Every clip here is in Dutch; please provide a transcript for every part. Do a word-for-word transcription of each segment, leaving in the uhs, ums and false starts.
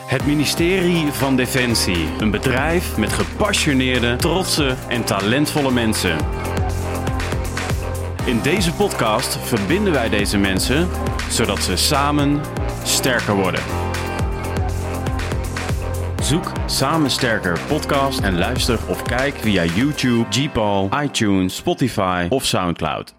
Het ministerie van Defensie. Een bedrijf met gepassioneerde, trotse en talentvolle mensen. In deze podcast verbinden wij deze mensen, zodat ze samen sterker worden. Zoek Samen Sterker podcast en luister of kijk via YouTube, Gpal, iTunes, Spotify of Soundcloud.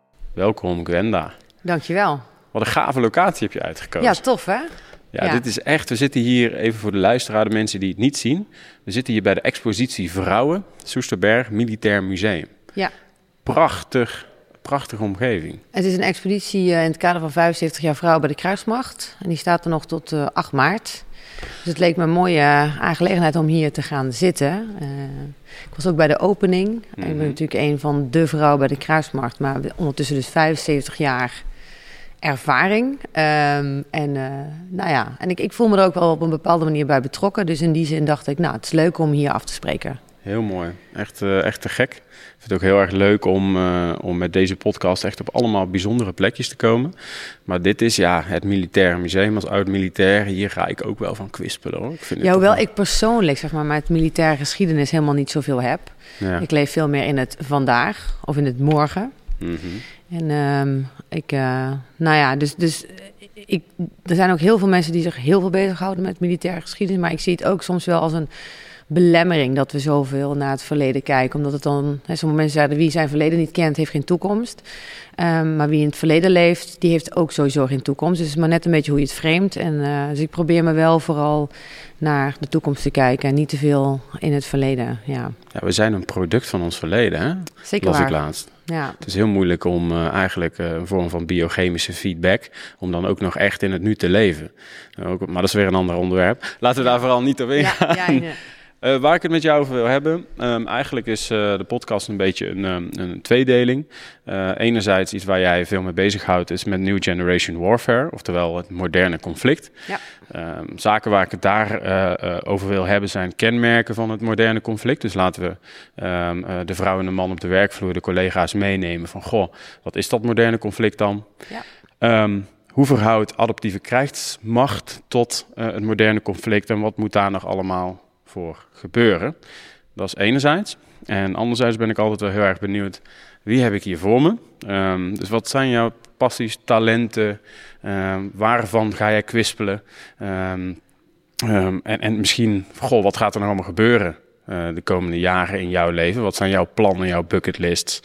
Welkom Gwenda. Dankjewel. Wat een gave locatie heb je uitgekozen. Ja, tof hè? Ja, ja, dit is echt, we zitten hier, even voor de luisteraar, de mensen die het niet zien. We zitten hier bij de expositie Vrouwen, Soesterberg Militair Museum. Ja. Prachtig, prachtige omgeving. Het is een expositie in het kader van vijfenzeventig jaar Vrouwen bij de Kruismacht. En die staat er nog tot uh, acht maart. Dus het leek me een mooie uh, aangelegenheid om hier te gaan zitten. Uh, ik was ook bij de opening. Mm-hmm. Ik ben natuurlijk een van de vrouwen bij de Kruismacht, maar ondertussen dus vijfenzeventig jaar ervaring. Um, en uh, nou ja, en ik, ik voel me er ook wel op een bepaalde manier bij betrokken. Dus in die zin dacht ik, nou, het is leuk om hier af te spreken. Heel mooi. Echt, uh, echt te gek. Ik vind het ook heel erg leuk om, uh, om met deze podcast echt op allemaal bijzondere plekjes te komen. Maar dit is ja het Militaire Museum. Als oud-militair, hier ga ik ook wel van kwispelen hoor. Ik vind ja, hoewel wel... ik persoonlijk zeg maar met militaire geschiedenis helemaal niet zoveel heb. Ja. Ik leef veel meer in het vandaag of in het morgen. Mm-hmm. En um, ik, uh, nou ja, dus, dus ik, er zijn ook heel veel mensen die zich heel veel bezighouden met militaire geschiedenis. Maar ik zie het ook soms wel als een belemmering dat we zoveel naar het verleden kijken. Omdat het dan, hè, sommige mensen zeiden, wie zijn verleden niet kent, heeft geen toekomst. Um, maar wie in het verleden leeft, die heeft ook sowieso geen toekomst. Dus het is maar net een beetje hoe je het framet. En uh, dus ik probeer me wel vooral naar de toekomst te kijken en niet te veel in het verleden. Ja, ja we zijn een product van ons verleden, hè? Zeker las waar. ik laatst. Ja. Het is heel moeilijk om uh, eigenlijk uh, een vorm van biochemische feedback, om dan ook nog echt in het nu te leven. Ook, maar dat is weer een ander onderwerp. Laten we daar vooral niet op ingaan. Ja, ja, ja. Uh, waar ik het met jou over wil hebben, um, eigenlijk is uh, de podcast een beetje een, um, een tweedeling. Uh, enerzijds iets waar jij veel mee bezighoudt is met New Generation Warfare, oftewel het moderne conflict. Ja. Um, zaken waar ik het daar uh, uh, over wil hebben zijn kenmerken van het moderne conflict. Dus laten we um, uh, de vrouw en de man op de werkvloer, de collega's meenemen van, goh, wat is dat moderne conflict dan? Ja. Um, Hoe verhoudt adaptieve krijgsmacht tot uh, het moderne conflict en wat moet daar nog allemaal voor gebeuren? Dat is enerzijds. En anderzijds ben ik altijd wel heel erg benieuwd, wie heb ik hier voor me? Um, dus wat zijn jouw passies, talenten? Um, waarvan ga jij kwispelen? Um, um, en, en misschien, goh, wat gaat er nog allemaal gebeuren uh, de komende jaren in jouw leven? Wat zijn jouw plannen, jouw bucketlists?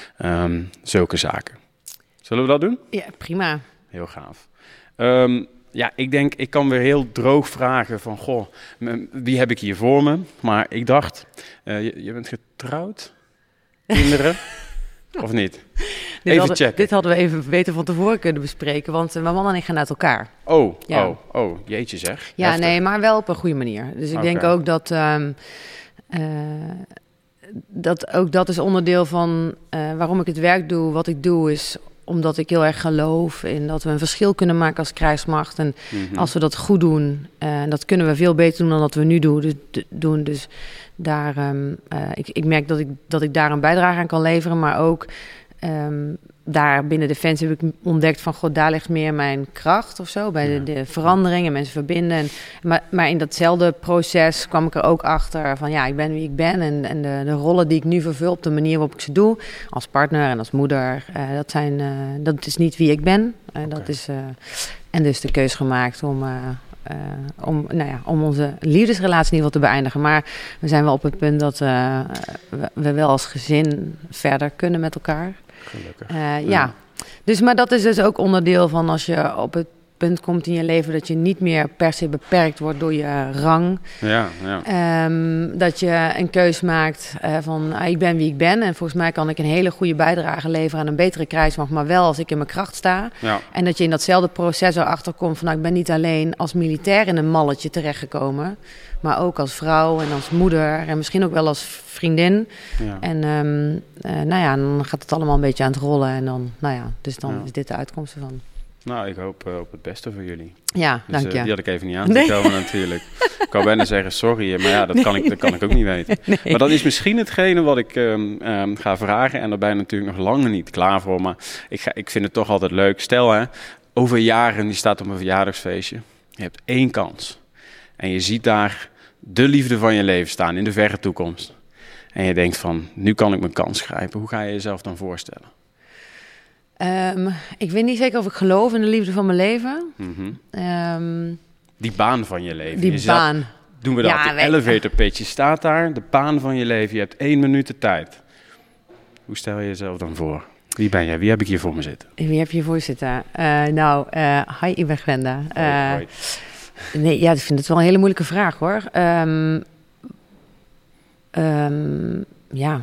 Um, zulke zaken. Zullen we dat doen? Ja, prima. Heel gaaf. Um, ja, ik denk, ik kan weer heel droog vragen van, goh, wie heb ik hier voor me? Maar ik dacht, uh, je, je bent getrouwd? Kinderen? Of niet? Dit even hadden, checken. Dit hadden we even beter van tevoren kunnen bespreken, want uh, mijn man en ik gaan uit elkaar. Oh, ja. oh, oh, jeetje zeg. Ja, Heftig. Nee, maar wel op een goede manier. Dus ik okay. denk ook dat, um, uh, dat ook dat is onderdeel van uh, waarom ik het werk doe, wat ik doe, is omdat ik heel erg geloof in dat we een verschil kunnen maken als krijgsmacht. En mm-hmm. als we dat goed doen, uh, dat kunnen we veel beter doen dan dat we nu doen. Dus, doen. dus daar, um, uh, ik, ik merk dat ik, dat ik daar een bijdrage aan kan leveren. Maar ook um, daar binnen Defensie heb ik ontdekt van, god, daar ligt meer mijn kracht of zo. Bij ja. de, de verandering en mensen verbinden. En, maar, maar in datzelfde proces kwam ik er ook achter van, ja, ik ben wie ik ben. En, en de, de rollen die ik nu vervul op de manier waarop ik ze doe, als partner en als moeder, uh, dat, zijn, uh, dat is niet wie ik ben. Uh, dat okay. is, uh, en dus de keus gemaakt om, uh, uh, om, nou ja, om onze liefdesrelatie in ieder geval te beëindigen. Maar we zijn wel op het punt dat uh, we, we wel als gezin verder kunnen met elkaar. Gelukkig. Uh, ja. ja, dus maar dat is dus ook onderdeel van als je op het punt komt in je leven dat je niet meer per se beperkt wordt door je rang. Ja, ja. Um, dat je een keus maakt uh, van uh, ik ben wie ik ben en volgens mij kan ik een hele goede bijdrage leveren aan een betere krijgsmacht, maar wel als ik in mijn kracht sta. Ja. En dat je in datzelfde proces erachter komt van nou, ik ben niet alleen als militair in een malletje terechtgekomen, maar ook als vrouw en als moeder en misschien ook wel als vriendin. Ja. En um, uh, nou ja, dan gaat het allemaal een beetje aan het rollen en dan, nou ja, dus dan ja. is dit de uitkomst ervan. Nou, ik hoop uh, op het beste voor jullie. Ja, dus, dank je. Uh, die had ik even niet aan te nee. komen natuurlijk. Ik kan bijna zeggen sorry, maar ja, dat, nee. kan, ik, dat kan ik ook niet weten. Nee. Maar dat is misschien hetgene wat ik um, um, ga vragen. En daar ben ik natuurlijk nog lang niet klaar voor. Maar ik, ga, ik vind het toch altijd leuk. Stel, hè, over jaren, die staat op een verjaardagsfeestje. Je hebt één kans. en je ziet daar de liefde van je leven staan in de verre toekomst. En je denkt van, nu kan ik mijn kans grijpen. Hoe ga je jezelf dan voorstellen? Um, ik weet niet zeker of ik geloof in de liefde van mijn leven. Mm-hmm. Um, die baan van je leven. Die je baan. Zat, doen we dat. Ja, de elevator pitch. Je staat daar, de baan van je leven. Je hebt één minuut de tijd. Hoe stel je jezelf dan voor? Wie ben jij? Wie heb ik hier voor me zitten? Wie heb je hier voor zitten? Uh, nou, uh, hi, ik ben Glenda. Uh, hoi, hoi. Nee, ja, ik vind het wel een hele moeilijke vraag, hoor. Um, um, ja.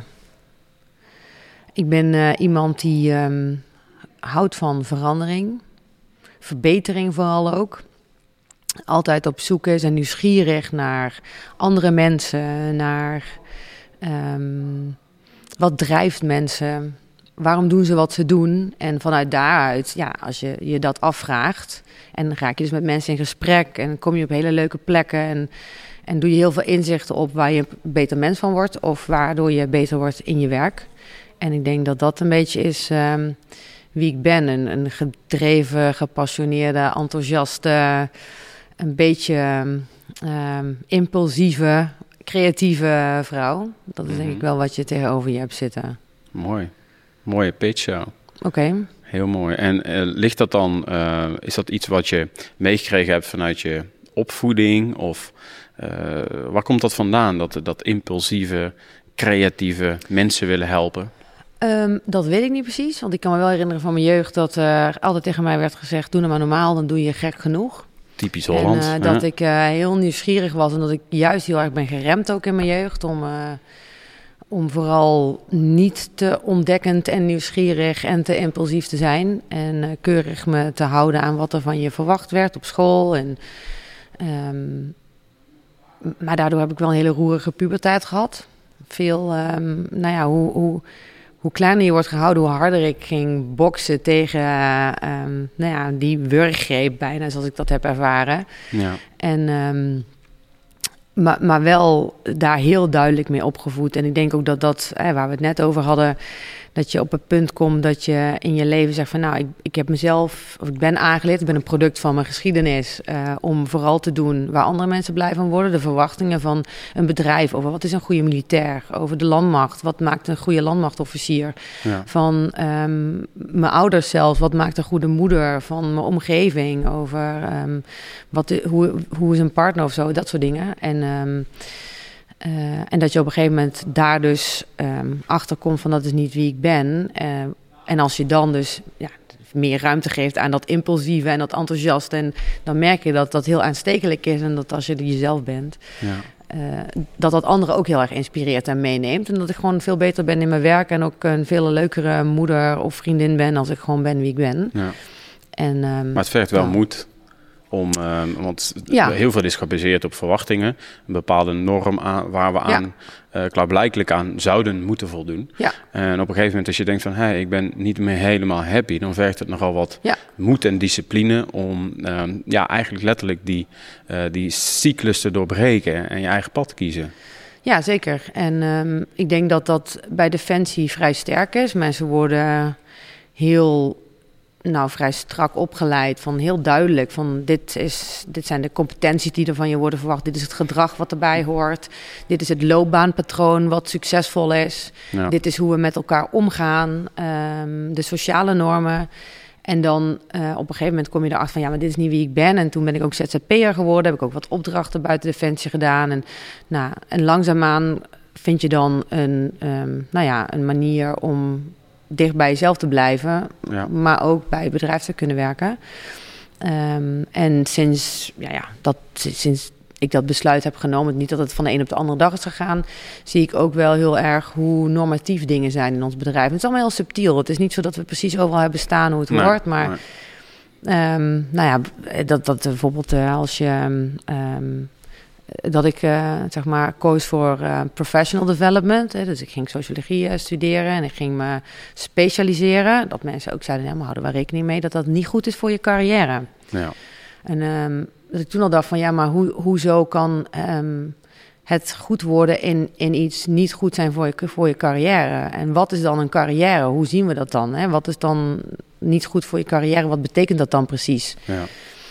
Ik ben uh, iemand die um, houdt van verandering. Verbetering vooral ook. Altijd op zoek is en nieuwsgierig naar andere mensen. Naar um, wat drijft mensen. Waarom doen ze wat ze doen? En vanuit daaruit, ja, als je je dat afvraagt... en dan raak je dus met mensen in gesprek... en dan kom je op hele leuke plekken... en, en doe je heel veel inzichten op waar je een beter mens van wordt... of waardoor je beter wordt in je werk. En ik denk dat dat een beetje is um, wie ik ben. Een, een gedreven, gepassioneerde, enthousiaste... een beetje um, impulsieve, creatieve vrouw. Dat is mm-hmm. denk ik wel wat je tegenover je hebt zitten. Mooi. Mooie pitch, ja. Oké. Okay. Heel mooi. En uh, ligt dat dan, uh, is dat iets wat je meegekregen hebt vanuit je opvoeding? Of uh, waar komt dat vandaan, dat, dat impulsieve, creatieve mensen willen helpen? Um, dat weet ik niet precies, want ik kan me wel herinneren van mijn jeugd... dat er uh, altijd tegen mij werd gezegd, doe nou maar normaal, dan doe je gek genoeg. Typisch Hollands. En uh, dat ik uh, heel nieuwsgierig was en dat ik juist heel erg ben geremd ook in mijn jeugd... om... Uh, Om vooral niet te ontdekkend en nieuwsgierig en te impulsief te zijn. En uh, keurig me te houden aan wat er van je verwacht werd op school. En, um, maar daardoor heb ik wel een hele roerige puberteit gehad. Veel, um, nou ja, hoe, hoe, hoe kleiner je wordt gehouden, hoe harder ik ging boksen tegen uh, um, nou ja, die wurggreep bijna, zoals ik dat heb ervaren. Ja. En... Um, Maar, maar wel daar heel duidelijk mee opgevoed. En ik denk ook dat dat, eh, waar we het net over hadden... dat je op het punt komt dat je in je leven zegt van... nou, ik, ik heb mezelf, of ik ben aangeleerd... ik ben een product van mijn geschiedenis... Uh, om vooral te doen waar andere mensen blij van worden. De verwachtingen van een bedrijf over wat is een goede militair... over de landmacht, wat maakt een goede landmachtofficier... Ja. Van um, mijn ouders zelf, wat maakt een goede moeder... van mijn omgeving, over um, wat, hoe, hoe is een partner of zo... dat soort dingen. En... Um, Uh, en dat je op een gegeven moment daar dus um, achter komt van dat is niet wie ik ben. Uh, en als je dan dus ja, meer ruimte geeft aan dat impulsieve en dat enthousiaste... en dan merk je dat dat heel aanstekelijk is en dat als je er jezelf bent... Ja. Uh, dat dat anderen ook heel erg inspireert en meeneemt. En dat ik gewoon veel beter ben in mijn werk... en ook een veel leukere moeder of vriendin ben als ik gewoon ben wie ik ben. Ja. En, um, maar het vergt wel ja. moed... Om, uh, want ja. heel veel is gebaseerd op verwachtingen. Een bepaalde norm aan, waar we aan, ja. uh, klaarblijkelijk aan zouden moeten voldoen. Ja. En op een gegeven moment als je denkt van... hé, hey, ik ben niet meer helemaal happy... dan vergt het nogal wat ja. moed en discipline... om uh, ja, eigenlijk letterlijk die, uh, die cyclus te doorbreken... en je eigen pad te kiezen. Ja, zeker. En um, ik denk dat dat bij Defensie vrij sterk is. Mensen worden heel... nou, vrij strak opgeleid, van heel duidelijk... van dit, is, dit zijn de competenties die er van je worden verwacht... dit is het gedrag wat erbij hoort... dit is het loopbaanpatroon wat succesvol is... Ja. dit is hoe we met elkaar omgaan... Um, de sociale normen... En dan uh, op een gegeven moment kom je erachter van... ja, maar dit is niet wie ik ben. En toen ben ik ook Z Z P'er geworden. Heb ik ook wat opdrachten buiten Defensie gedaan. En, nou, en langzaamaan vind je dan een, um, nou ja, een manier om... dicht bij jezelf te blijven, ja. maar ook bij het bedrijf te kunnen werken. Um, en sinds, ja, ja, dat, sinds ik dat besluit heb genomen, niet dat het van de een op de andere dag is gegaan, zie ik ook wel heel erg hoe normatief dingen zijn in ons bedrijf. Het is allemaal heel subtiel. Het is niet zo dat we precies overal hebben staan hoe het nee, hoort, maar nee. um, nou ja, dat, dat bijvoorbeeld uh, als je... Um, dat ik uh, zeg maar koos voor uh, professional development. Hè. Dus ik ging sociologie uh, studeren en ik ging me specialiseren. Dat mensen ook zeiden, ja, maar houden we rekening mee dat dat niet goed is voor je carrière. Ja. En um, dat ik toen al dacht van, ja, maar hoe, hoezo kan um, het goed worden in, in iets niet goed zijn voor je, voor je carrière? En wat is dan een carrière? Hoe zien we dat dan? Hè? Wat is dan niet goed voor je carrière? Wat betekent dat dan precies? Ja.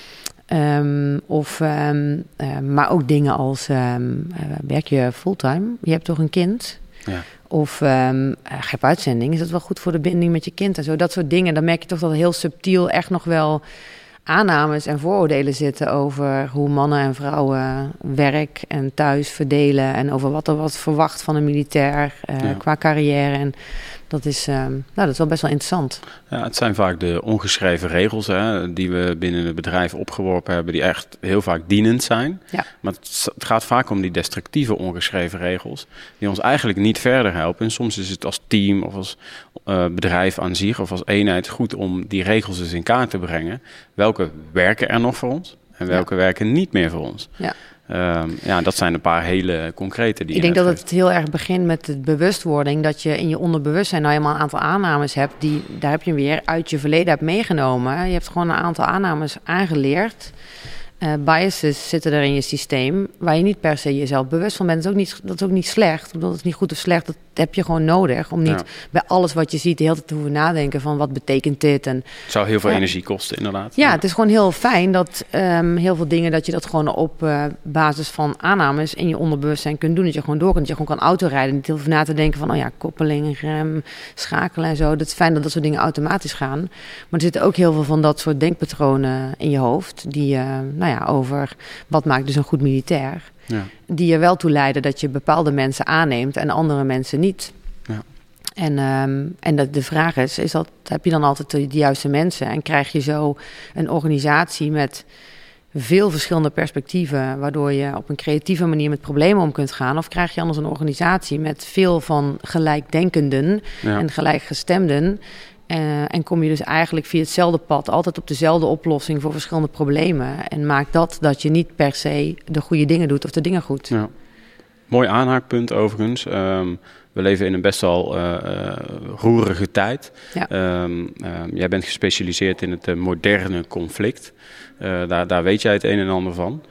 Um, of, um, uh, maar ook dingen als, um, uh, werk je fulltime? Je hebt toch een kind? Ja. Of um, uh, ga je op uitzending? Is dat wel goed voor de binding met je kind? En zo, dat soort dingen. Dan merk je toch dat heel subtiel echt nog wel aannames en vooroordelen zitten over hoe mannen en vrouwen werk en thuis verdelen en over wat er wat verwacht van een militair uh, ja. qua carrière. En dat is, um, nou, dat is wel best wel interessant. Ja, het zijn vaak de ongeschreven regels hè, die we binnen het bedrijf opgeworpen hebben, die echt heel vaak dienend zijn. Ja. Maar het, het gaat vaak om die destructieve ongeschreven regels, die ons eigenlijk niet verder helpen. En soms is het als team of als uh, bedrijf aan zich of als eenheid goed om die regels eens in kaart te brengen. Welke werken er nog voor ons en welke ja. werken niet meer voor ons? Ja. Um, ja, dat zijn een paar hele concrete die. Ik denk dat het heel erg begint met de bewustwording dat je in je onderbewustzijn nou helemaal een aantal aannames hebt die, daar heb je weer uit je verleden hebt meegenomen. Je hebt gewoon een aantal aannames aangeleerd. Uh, biases zitten er in je systeem waar je niet per se jezelf bewust van bent. Dat is ook niet, dat is ook niet slecht. Dat is niet goed of slecht. Dat heb je gewoon nodig om niet ja. bij alles wat je ziet de hele tijd te hoeven nadenken van wat betekent dit. En, het zou heel veel ja. energie kosten inderdaad. Ja, ja, het is gewoon heel fijn dat um, heel veel dingen dat je dat gewoon op uh, basis van aannames in je onderbewustzijn kunt doen. Dat je gewoon door kunt. Dat je gewoon kan autorijden. Niet heel veel na te denken van oh ja, koppeling, rem, schakelen en zo. Dat is fijn dat dat soort dingen automatisch gaan. Maar er zitten ook heel veel van dat soort denkpatronen in je hoofd die, uh, nou ja, over wat maakt dus een goed militair. Ja. Die er wel toe leiden dat je bepaalde mensen aanneemt en andere mensen niet. Ja. En, um, en dat de vraag is, is dat, heb je dan altijd de, de juiste mensen? En krijg je zo een organisatie met veel verschillende perspectieven, waardoor je op een creatieve manier met problemen om kunt gaan? Of krijg je anders een organisatie met veel van gelijkdenkenden ja. en gelijkgestemden? Uh, en kom je dus eigenlijk via hetzelfde pad altijd op dezelfde oplossing voor verschillende problemen. En maakt dat dat je niet per se de goede dingen doet of de dingen goed. Ja. Mooi aanhaakpunt overigens. Um, we leven in een best wel uh, uh, roerige tijd. Ja. Um, um, jij bent gespecialiseerd in het uh, moderne conflict. Uh, daar, daar weet jij het een en ander van.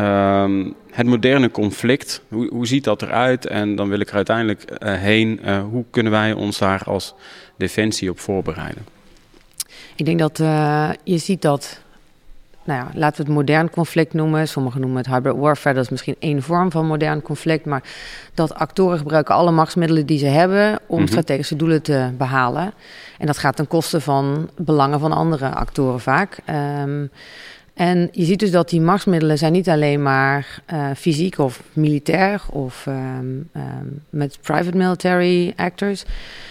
Um, het moderne conflict, hoe, hoe ziet dat eruit? En dan wil ik er uiteindelijk uh, heen. Uh, hoe kunnen wij ons daar als Defensie op voorbereiden? Ik denk dat uh, je ziet dat, nou ja, laten we het modern conflict noemen. Sommigen noemen het hybrid warfare. Dat is misschien één vorm van modern conflict. Maar dat actoren gebruiken alle machtsmiddelen die ze hebben om mm-hmm. strategische doelen te behalen. En dat gaat ten koste van belangen van andere actoren vaak. Um, En je ziet dus dat die machtsmiddelen zijn niet alleen maar uh, fysiek of militair of um, um, met private military actors.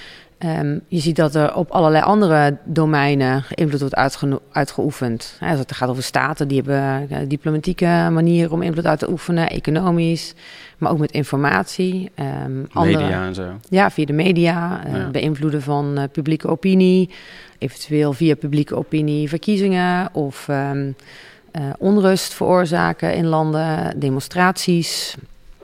Um, je ziet dat er op allerlei andere domeinen invloed wordt uitge- uitgeoefend. Ja, als het gaat over staten, die hebben uh, diplomatieke manieren om invloed uit te oefenen, economisch, maar ook met informatie. Um, media andere, en zo. Ja, via de media, uh, ja. beïnvloeden van uh, publieke opinie, eventueel via publieke opinie verkiezingen of um, uh, onrust veroorzaken in landen, demonstraties,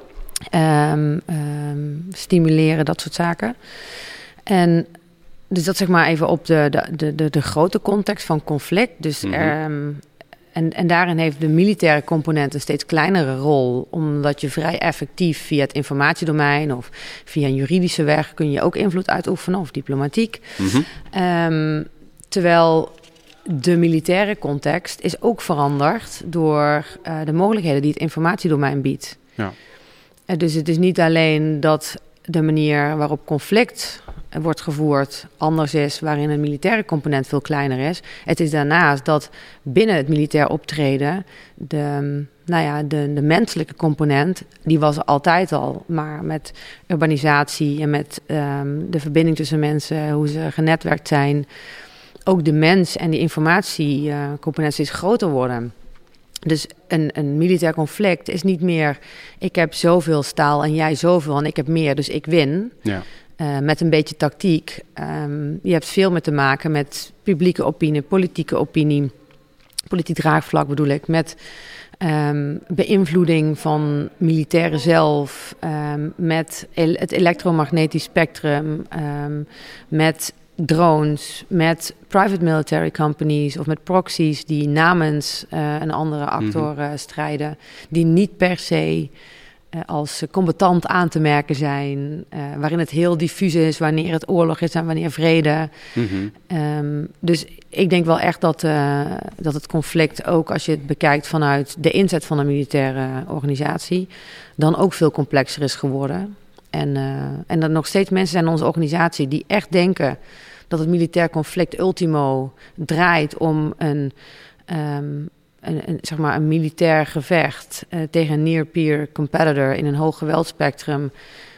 um, um, stimuleren, dat soort zaken. En dus dat zeg maar even op de, de, de, de grote context van conflict. Dus mm-hmm. er, um, en, en daarin heeft de militaire component een steeds kleinere rol, omdat je vrij effectief via het informatiedomein of via een juridische weg kun je ook invloed uitoefenen of diplomatiek. Mm-hmm. Um, terwijl de militaire context is ook veranderd door uh, de mogelijkheden die het informatiedomein biedt. Ja. Uh, dus het is niet alleen dat de manier waarop conflict wordt gevoerd anders is, waarin een militaire component veel kleiner is. Het is daarnaast dat binnen het militair optreden de, nou ja, de, de menselijke component, die was er altijd al, maar met urbanisatie en met um, de verbinding tussen mensen, hoe ze genetwerkt zijn, ook de mens en die informatiecomponent steeds groter worden. Dus een, een militair conflict is niet meer, ik heb zoveel staal en jij zoveel en ik heb meer, dus ik win. Ja. Uh, met een beetje tactiek. Um, je hebt veel meer te maken met publieke opinie, politieke opinie, politiek draagvlak bedoel ik, met um, beïnvloeding van militairen zelf, um, met el- het elektromagnetisch spectrum, um, met drones, met private military companies of met proxies die namens uh, een andere actor uh, strijden, die niet per se uh, als combatant aan te merken zijn. Uh, waarin het heel diffuus is wanneer het oorlog is en wanneer vrede. Mm-hmm. Um, dus ik denk wel echt dat, uh, dat het conflict ook als je het bekijkt vanuit de inzet van een militaire organisatie, dan ook veel complexer is geworden. En, uh, en dat nog steeds mensen zijn in onze organisatie die echt denken dat het militair conflict ultimo draait om een, um, een, een, zeg maar een militair gevecht uh, tegen een near-peer competitor in een hoog geweldspectrum.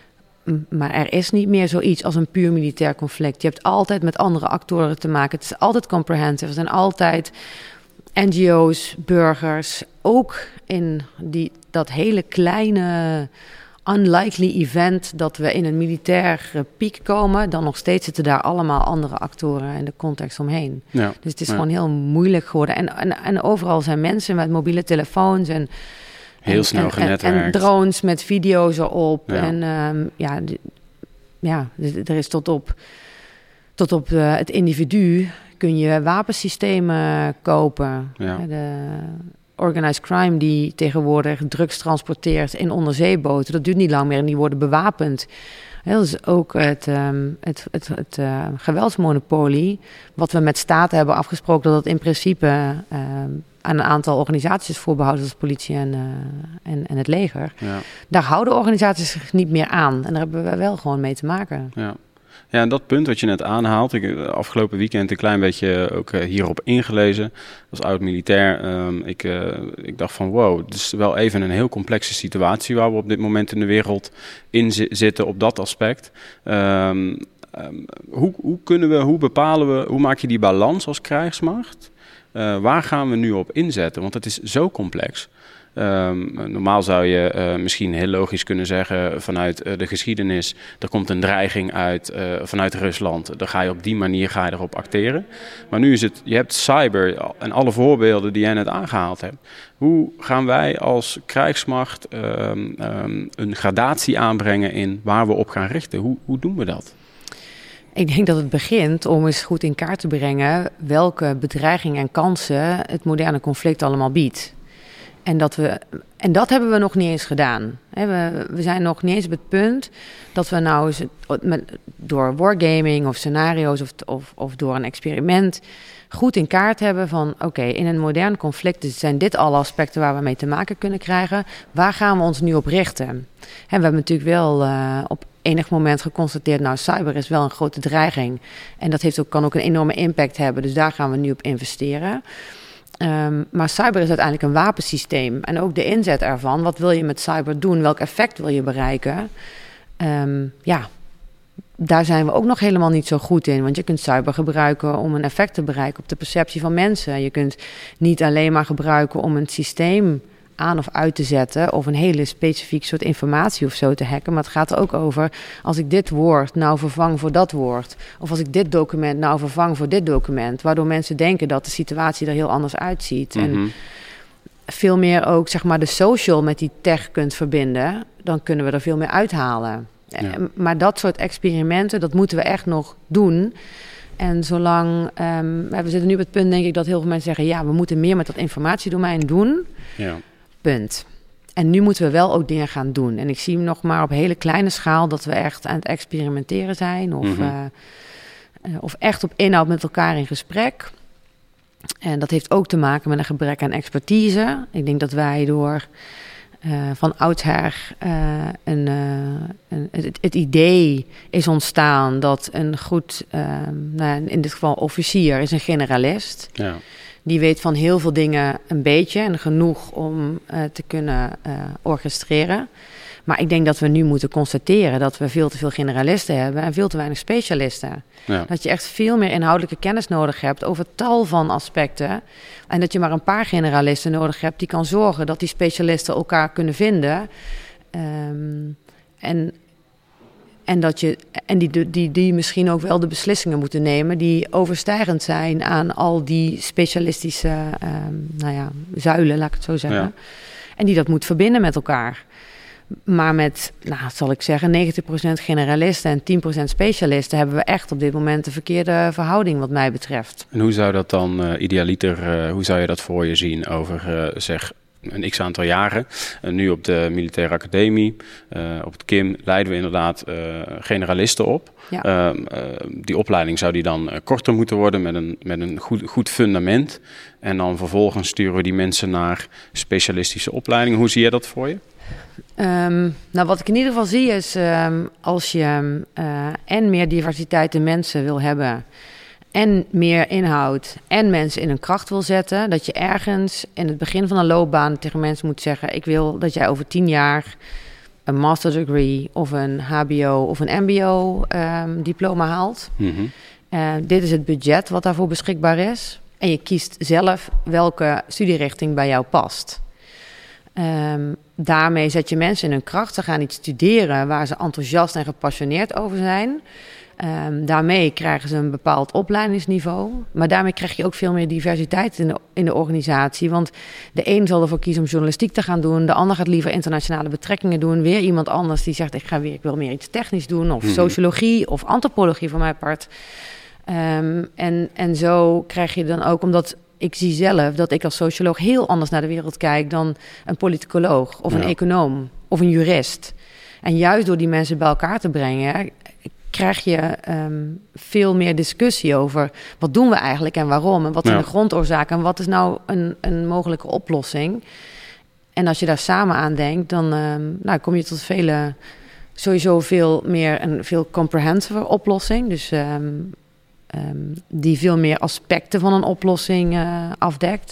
Maar er is niet meer zoiets als een puur militair conflict. Je hebt altijd met andere actoren te maken. Het is altijd comprehensive. Er zijn altijd N G O's, burgers, ook in die, dat hele kleine unlikely event dat we in een militair piek komen, dan nog steeds zitten daar allemaal andere actoren en de context omheen. Ja, dus het is ja. gewoon heel moeilijk geworden. En, en, en overal zijn mensen met mobiele telefoons en heel en, snel en, genetwerkt. En, en drones met video's erop. Ja. En um, ja, d- ja, er is tot op, tot op uh, het individu kun je wapensystemen kopen. Ja. De organized crime die tegenwoordig drugs transporteert in onderzeeboten. Dat duurt niet lang meer en die worden bewapend. Dat is ook het, um, het, het, het uh, geweldsmonopolie, wat we met staten hebben afgesproken, dat het in principe uh, aan een aantal organisaties is voorbehouden, als politie en, uh, en, en het leger. Ja. Daar houden organisaties zich niet meer aan. En daar hebben we wel gewoon mee te maken. Ja. Ja, en dat punt wat je net aanhaalt, ik heb afgelopen weekend een klein beetje ook uh, hierop ingelezen. Als oud-militair, um, ik, uh, ik dacht van wow, het is wel even een heel complexe situatie waar we op dit moment in de wereld in zi- zitten op dat aspect. Um, um, hoe, hoe kunnen we, hoe bepalen we, hoe maak je die balans als krijgsmacht? Uh, waar gaan we nu op inzetten? Want het is zo complex. Um, normaal zou je uh, misschien heel logisch kunnen zeggen vanuit uh, de geschiedenis, er komt een dreiging uit uh, vanuit Rusland, dan ga je op die manier ga je erop acteren. Maar nu is het, je hebt cyber en alle voorbeelden die jij net aangehaald hebt. Hoe gaan wij als krijgsmacht um, um, een gradatie aanbrengen in waar we op gaan richten? Hoe, hoe doen we dat? Ik denk dat het begint om eens goed in kaart te brengen welke bedreigingen en kansen het moderne conflict allemaal biedt. En dat, we, en dat hebben we nog niet eens gedaan. We, we zijn nog niet eens op het punt dat we nou eens met, door wargaming of scenario's of, of, of door een experiment goed in kaart hebben van oké, okay, in een modern conflict zijn dit alle aspecten waar we mee te maken kunnen krijgen. Waar gaan we ons nu op richten? En we hebben natuurlijk wel uh, op enig moment geconstateerd, nou cyber is wel een grote dreiging. En dat heeft ook, kan ook een enorme impact hebben. Dus daar gaan we nu op investeren. Um, maar cyber is uiteindelijk een wapensysteem. En ook de inzet ervan. Wat wil je met cyber doen? Welk effect wil je bereiken? Um, ja, daar zijn we ook nog helemaal niet zo goed in. Want je kunt cyber gebruiken om een effect te bereiken op de perceptie van mensen. Je kunt niet alleen maar gebruiken om een systeem aan of uit te zetten of een hele specifiek soort informatie of zo te hacken. Maar het gaat er ook over, als ik dit woord nou vervang voor dat woord, of als ik dit document nou vervang voor dit document, waardoor mensen denken dat de situatie er heel anders uitziet. Mm-hmm. En veel meer ook, zeg maar, de social met die tech kunt verbinden, dan kunnen we er veel meer uithalen. Ja. Maar dat soort experimenten, dat moeten we echt nog doen. En zolang, um, we zitten nu op het punt, denk ik, dat heel veel mensen zeggen, ja, we moeten meer met dat informatiedomein doen. Ja. Punt. En nu moeten we wel ook dingen gaan doen. En ik zie nog maar op hele kleine schaal dat we echt aan het experimenteren zijn. Of, mm-hmm. uh, uh, of echt op inhoud met elkaar in gesprek. En dat heeft ook te maken met een gebrek aan expertise. Ik denk dat wij door uh, van oudsher uh, een, uh, een, het, het idee is ontstaan dat een goed, uh, nou, in dit geval officier, is een generalist. Ja. Die weet van heel veel dingen een beetje en genoeg om uh, te kunnen uh, orchestreren. Maar ik denk dat we nu moeten constateren dat we veel te veel generalisten hebben en veel te weinig specialisten. Ja. Dat je echt veel meer inhoudelijke kennis nodig hebt over tal van aspecten. En dat je maar een paar generalisten nodig hebt die kan zorgen dat die specialisten elkaar kunnen vinden. Um, en... En, dat je, en die, die, die misschien ook wel de beslissingen moeten nemen die overstijgend zijn aan al die specialistische um, nou ja, zuilen, laat ik het zo zeggen. Ja. En die dat moet verbinden met elkaar. Maar met, nou, zal ik zeggen, negentig procent generalisten en tien procent specialisten hebben we echt op dit moment de verkeerde verhouding wat mij betreft. En hoe zou dat dan uh, idealiter, uh, hoe zou je dat voor je zien over uh, zeg een x-aantal jaren. Uh, nu op de Militaire Academie, uh, op het K I M, leiden we inderdaad uh, generalisten op. Ja. Uh, uh, die opleiding zou die dan uh, korter moeten worden met een, met een goed, goed fundament. En dan vervolgens sturen we die mensen naar specialistische opleidingen. Hoe zie je dat voor je? Um, nou, wat ik in ieder geval zie is, um, als je uh, en meer diversiteit in mensen wil hebben, en meer inhoud en mensen in hun kracht wil zetten, dat je ergens in het begin van een loopbaan tegen mensen moet zeggen, ik wil dat jij over tien jaar een master degree of een H B O of een M B O um, diploma haalt. Mm-hmm. Uh, dit is het budget wat daarvoor beschikbaar is. En je kiest zelf welke studierichting bij jou past. Um, daarmee zet je mensen in hun kracht. Ze gaan iets studeren waar ze enthousiast en gepassioneerd over zijn. Um, daarmee krijgen ze een bepaald opleidingsniveau. Maar daarmee krijg je ook veel meer diversiteit in de, in de organisatie. Want de een zal ervoor kiezen om journalistiek te gaan doen. De ander gaat liever internationale betrekkingen doen. Weer iemand anders die zegt, ik, ga weer, ik wil meer iets technisch doen. Of mm-hmm. sociologie of antropologie voor mijn part. Um, en, en zo krijg je dan ook, omdat ik zie zelf dat ik als socioloog heel anders naar de wereld kijk dan een politicoloog of een ja. econoom of een jurist. En juist door die mensen bij elkaar te brengen, krijg je um, veel meer discussie over wat doen we eigenlijk en waarom en wat zijn ja. de grondoorzaken en wat is nou een, een mogelijke oplossing. En als je daar samen aan denkt, dan um, nou, kom je tot vele, sowieso veel meer een veel comprehensive oplossing. Dus um, um, die veel meer aspecten van een oplossing uh, afdekt.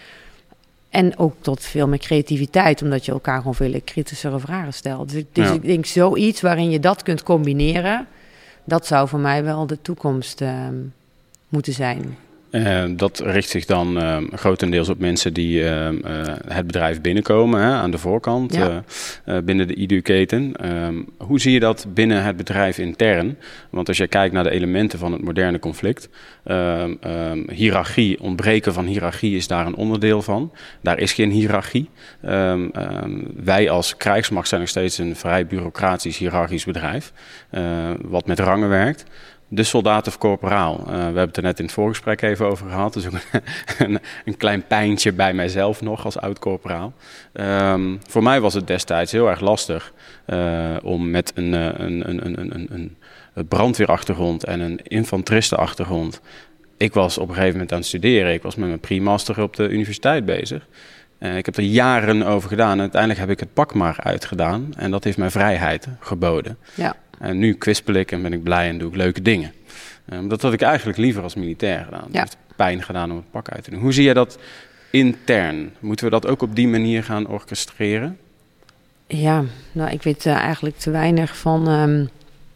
En ook tot veel meer creativiteit, omdat je elkaar gewoon veel kritischere vragen stelt. Dus, dus ja. ik denk zoiets waarin je dat kunt combineren, dat zou voor mij wel de toekomst uh, moeten zijn. Uh, dat richt zich dan uh, grotendeels op mensen die uh, uh, het bedrijf binnenkomen, hè, aan de voorkant, ja. uh, uh, binnen de I D U-keten. Uh, hoe zie je dat binnen het bedrijf intern? Want als je kijkt naar de elementen van het moderne conflict, uh, uh, hiërarchie, ontbreken van hiërarchie is daar een onderdeel van. Daar is geen hiërarchie. Uh, uh, wij als krijgsmacht zijn nog steeds een vrij bureaucratisch, hiërarchisch bedrijf, uh, wat met rangen werkt. De soldaat of corporaal. Uh, we hebben het er net in het voorgesprek even over gehad. Dus ook een, een, een klein pijntje bij mijzelf nog als oud-corporaal. Um, voor mij was het destijds heel erg lastig uh, om met een, een, een, een, een, een, een brandweerachtergrond en een infanteristenachtergrond. Ik was op een gegeven moment aan het studeren. Ik was met mijn pre-master op de universiteit bezig. Uh, ik heb er jaren over gedaan. En uiteindelijk heb ik het pak maar uitgedaan. En dat heeft mij vrijheid geboden. Ja. En nu kwispel ik en ben ik blij en doe ik leuke dingen. Um, dat had ik eigenlijk liever als militair gedaan. Het ja. heeft pijn gedaan om het pak uit te doen. Hoe zie jij dat intern? Moeten we dat ook op die manier gaan orchestreren? Ja, nou ik weet uh, eigenlijk te weinig van um,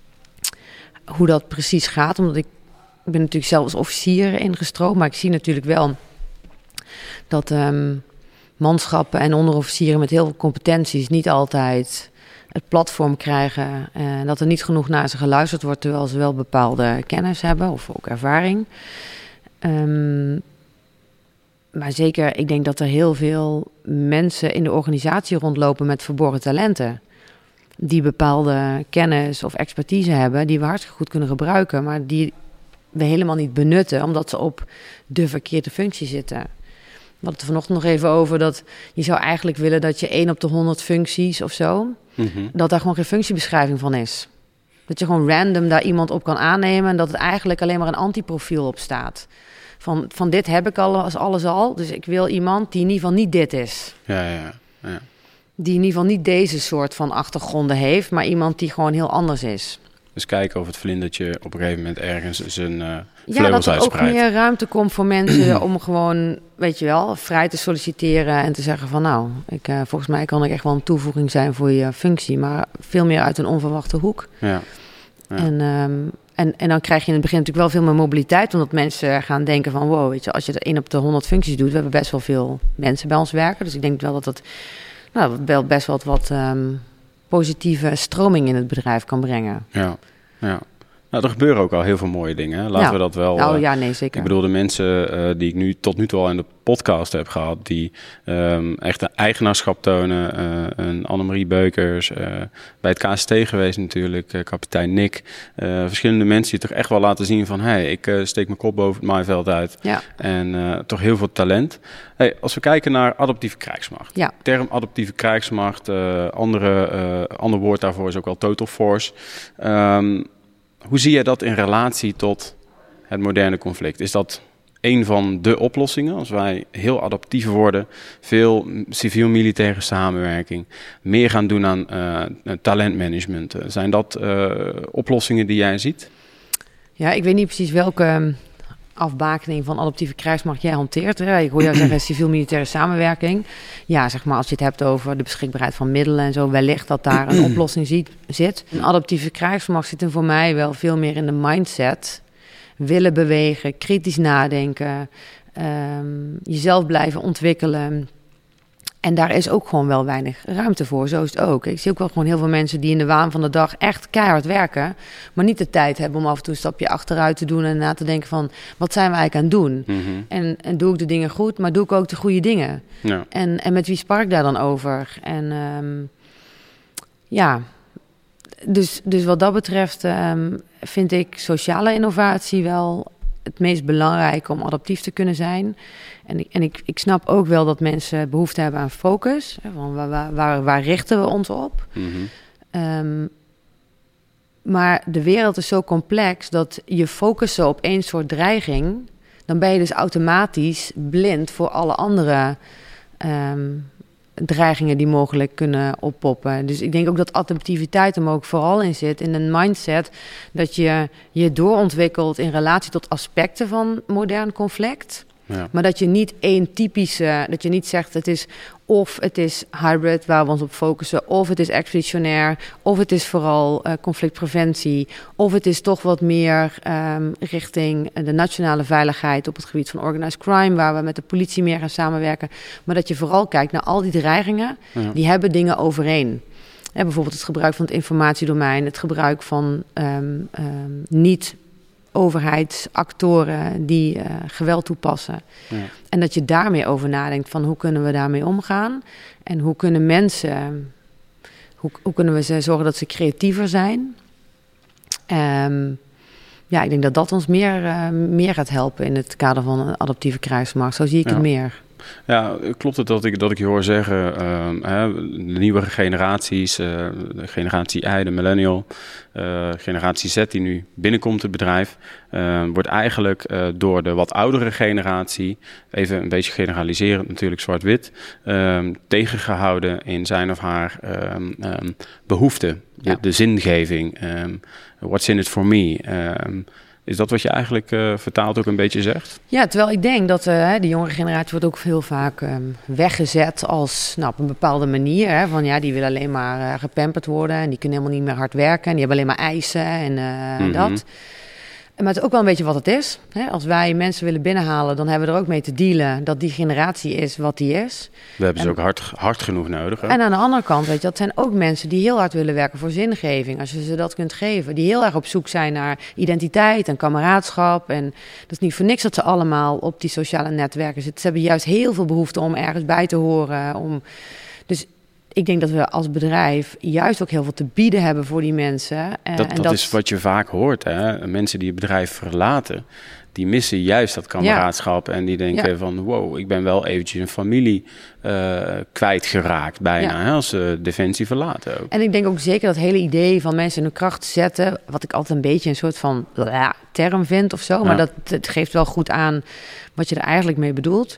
hoe dat precies gaat. Omdat ik, ik ben natuurlijk zelf als officier ingestroomd. Maar ik zie natuurlijk wel dat um, manschappen en onderofficieren met heel veel competenties niet altijd het platform krijgen en dat er niet genoeg naar ze geluisterd wordt, terwijl ze wel bepaalde kennis hebben of ook ervaring. Um, maar zeker, ik denk dat er heel veel mensen in de organisatie rondlopen met verborgen talenten, die bepaalde kennis of expertise hebben, die we hartstikke goed kunnen gebruiken, maar die we helemaal niet benutten, omdat ze op de verkeerde functie zitten. We hadden het vanochtend nog even over dat je zou eigenlijk willen dat je één op de honderd functies of zo, mm-hmm. dat daar gewoon geen functiebeschrijving van is. Dat je gewoon random daar iemand op kan aannemen en dat het eigenlijk alleen maar een antiprofiel op staat. Van, van dit heb ik al als alles al, dus ik wil iemand die in ieder geval niet dit is. Ja, ja, ja. Die in ieder geval niet deze soort van achtergronden heeft, maar iemand die gewoon heel anders is. Dus kijken of het vlindertje op een gegeven moment ergens zijn uh, vleugels ja, dat er uitspreidt. Ook meer ruimte komt voor mensen om gewoon, weet je wel, vrij te solliciteren en te zeggen van nou, ik, uh, volgens mij kan ik echt wel een toevoeging zijn voor je functie, maar veel meer uit een onverwachte hoek. Ja. Ja. En, um, en, en dan krijg je in het begin natuurlijk wel veel meer mobiliteit, omdat mensen gaan denken van wow, weet je, als je er één op de honderd functies doet, we hebben best wel veel mensen bij ons werken, dus ik denk wel dat dat nou, wel best wel wat um, positieve stroming in het bedrijf kan brengen. Ja, ja. Nou, er gebeuren ook al heel veel mooie dingen. Hè? Laten ja. we dat wel... Nou uh, ja, nee, zeker. Ik bedoel, de mensen uh, die ik nu tot nu toe al in de podcast heb gehad, die um, echt een eigenaarschap tonen. Uh, een Annemarie Beukers, uh, bij het K S T geweest natuurlijk, uh, kapitein Nick. Uh, verschillende mensen die toch echt wel laten zien van, hey, ik uh, steek mijn kop boven het maaiveld uit. Ja. En uh, toch heel veel talent. Hey, als we kijken naar adaptieve krijgsmacht. Ja. Term adaptieve krijgsmacht, uh, andere, uh, ander woord daarvoor is ook wel total force. Um, hoe zie je dat in relatie tot het moderne conflict? Is dat een van de oplossingen als wij heel adaptief worden, veel civiel-militaire samenwerking, meer gaan doen aan uh, talentmanagement? Zijn dat uh, oplossingen die jij ziet? Ja, ik weet niet precies welke afbakening van adaptieve krijgsmacht jij hanteert. Hè? Ik hoor jou zeggen civiel-militaire samenwerking. Ja, zeg maar als je het hebt over de beschikbaarheid van middelen en zo, wellicht dat daar een oplossing ziet, zit. Een adaptieve krijgsmacht zit er voor mij wel veel meer in de mindset. Willen bewegen, kritisch nadenken, um, jezelf blijven ontwikkelen. En daar is ook gewoon wel weinig ruimte voor, zo is het ook. Ik zie ook wel gewoon heel veel mensen die in de waan van de dag echt keihard werken, maar niet de tijd hebben om af en toe een stapje achteruit te doen en na te denken van, wat zijn we eigenlijk aan het doen? Mm-hmm. En, en doe ik de dingen goed, maar doe ik ook de goede dingen? Ja. En, en met wie sprak ik daar dan over? En um, ja, dus, dus wat dat betreft um, vind ik sociale innovatie wel het meest belangrijke om adaptief te kunnen zijn. En, ik, en ik, ik snap ook wel dat mensen behoefte hebben aan focus. Hè, van waar, waar, waar richten we ons op? Mm-hmm. Um, maar de wereld is zo complex dat je focussen op één soort dreiging, dan ben je dus automatisch blind voor alle andere um, dreigingen die mogelijk kunnen oppoppen. Dus ik denk ook dat adaptiviteit hem ook vooral in zit, in een mindset dat je je doorontwikkelt in relatie tot aspecten van modern conflict. Ja. Maar dat je niet één typische, dat je niet zegt het is of het is hybrid waar we ons op focussen, of het is expeditionair, of het is vooral uh, conflictpreventie, of het is toch wat meer um, richting de nationale veiligheid op het gebied van organized crime, waar we met de politie meer gaan samenwerken. Maar dat je vooral kijkt naar al die dreigingen, ja. die hebben dingen overeen. Ja, bijvoorbeeld het gebruik van het informatiedomein, het gebruik van um, um, niet overheidsactoren die uh, geweld toepassen. Ja. En dat je daarmee over nadenkt van hoe kunnen we daarmee omgaan? En hoe kunnen mensen, hoe, hoe kunnen we ze zorgen dat ze creatiever zijn? Um, ja, ik denk dat dat ons meer, uh, meer gaat helpen in het kader van een adaptieve krijgsmacht. Zo zie ik ja. het meer. Ja, klopt het dat ik, dat ik je hoor zeggen, uh, hè, de nieuwe generaties, uh, de generatie I, de millennial, uh, generatie Z die nu binnenkomt het bedrijf, uh, wordt eigenlijk uh, door de wat oudere generatie, even een beetje generaliserend natuurlijk zwart-wit, um, tegengehouden in zijn of haar um, um, behoeften, de, ja. de zingeving, um, what's in it for me. Um, Is dat wat je eigenlijk uh, vertaald ook een beetje zegt? Ja, terwijl ik denk dat uh, de jongere generatie wordt ook heel vaak um, weggezet als nou, op een bepaalde manier. Hè, van ja, die willen alleen maar uh, gepamperd worden en die kunnen helemaal niet meer hard werken. En die hebben alleen maar eisen en uh, mm-hmm. dat. Maar het is ook wel een beetje wat het is. Hè? Als wij mensen willen binnenhalen, dan hebben we er ook mee te dealen dat die generatie is wat die is. We hebben en, ze ook hard, hard genoeg nodig. Hè? En aan de andere kant, weet je, dat zijn ook mensen die heel hard willen werken voor zingeving. Als je ze dat kunt geven. Die heel erg op zoek zijn naar identiteit en kameraadschap. En dat is niet voor niks dat ze allemaal op die sociale netwerken zitten. Ze hebben juist heel veel behoefte om ergens bij te horen. Om, dus ik denk dat we als bedrijf juist ook heel veel te bieden hebben voor die mensen. Dat, en dat, dat is wat je vaak hoort. Hè? Mensen die het bedrijf verlaten, die missen juist dat kameraadschap. Ja. En die denken ja. van, wow, ik ben wel eventjes een familie uh, kwijtgeraakt bijna. Ja. Hè? Als ze Defensie verlaten ook. En ik denk ook zeker dat hele idee van mensen in hun kracht zetten, wat ik altijd een beetje een soort van ja, term vind of zo. Ja. Maar dat het geeft wel goed aan wat je er eigenlijk mee bedoelt.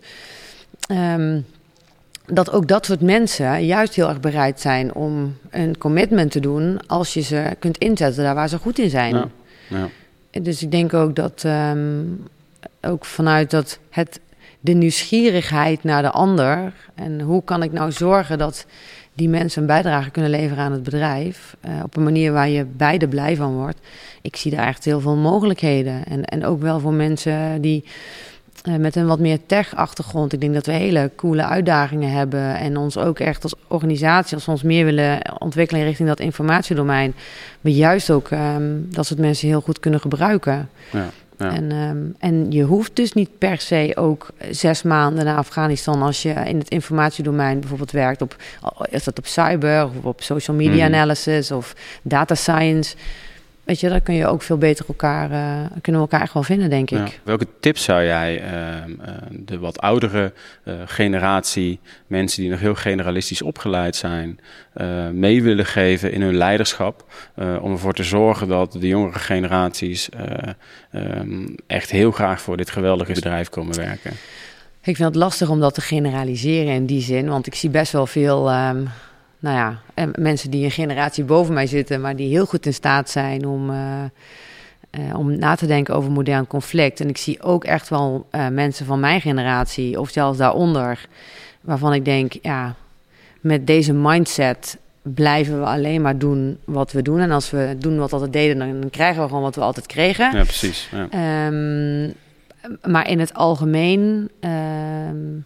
Um, dat ook dat soort mensen juist heel erg bereid zijn om een commitment te doen als je ze kunt inzetten daar waar ze goed in zijn. Ja, ja. Dus ik denk ook dat um, ook vanuit dat het, de nieuwsgierigheid naar de ander en hoe kan ik nou zorgen dat die mensen een bijdrage kunnen leveren aan het bedrijf uh, op een manier waar je beide blij van wordt. Ik zie daar echt heel veel mogelijkheden en, en ook wel voor mensen die uh, met een wat meer tech-achtergrond. Ik denk dat we hele coole uitdagingen hebben en ons ook echt als organisatie, als we ons meer willen ontwikkelen richting dat informatiedomein, we juist ook um, dat soort mensen heel goed kunnen gebruiken. Ja. Ja. En, um, en je hoeft dus niet per se ook zes maanden naar Afghanistan als je in het informatiedomein bijvoorbeeld werkt op, is dat op cyber of op social media mm. analysis of data science. Weet je, daar kun je ook veel beter elkaar, uh, kunnen we elkaar echt wel vinden, denk ik. Ja. Welke tips zou jij uh, uh, de wat oudere uh, generatie, mensen die nog heel generalistisch opgeleid zijn, uh, mee willen geven in hun leiderschap, uh, om ervoor te zorgen dat de jongere generaties uh, um, echt heel graag voor dit geweldige bedrijf komen werken? Ik vind het lastig om dat te generaliseren in die zin, want ik zie best wel veel Um, Nou ja, mensen die een generatie boven mij zitten, maar die heel goed in staat zijn om, uh, uh, om na te denken over modern conflict. En ik zie ook echt wel uh, mensen van mijn generatie, of zelfs daaronder, waarvan ik denk, ja, met deze mindset blijven we alleen maar doen wat we doen. En als we doen wat we altijd deden, dan krijgen we gewoon wat we altijd kregen. Ja, precies. Ja. Um, maar in het algemeen Um,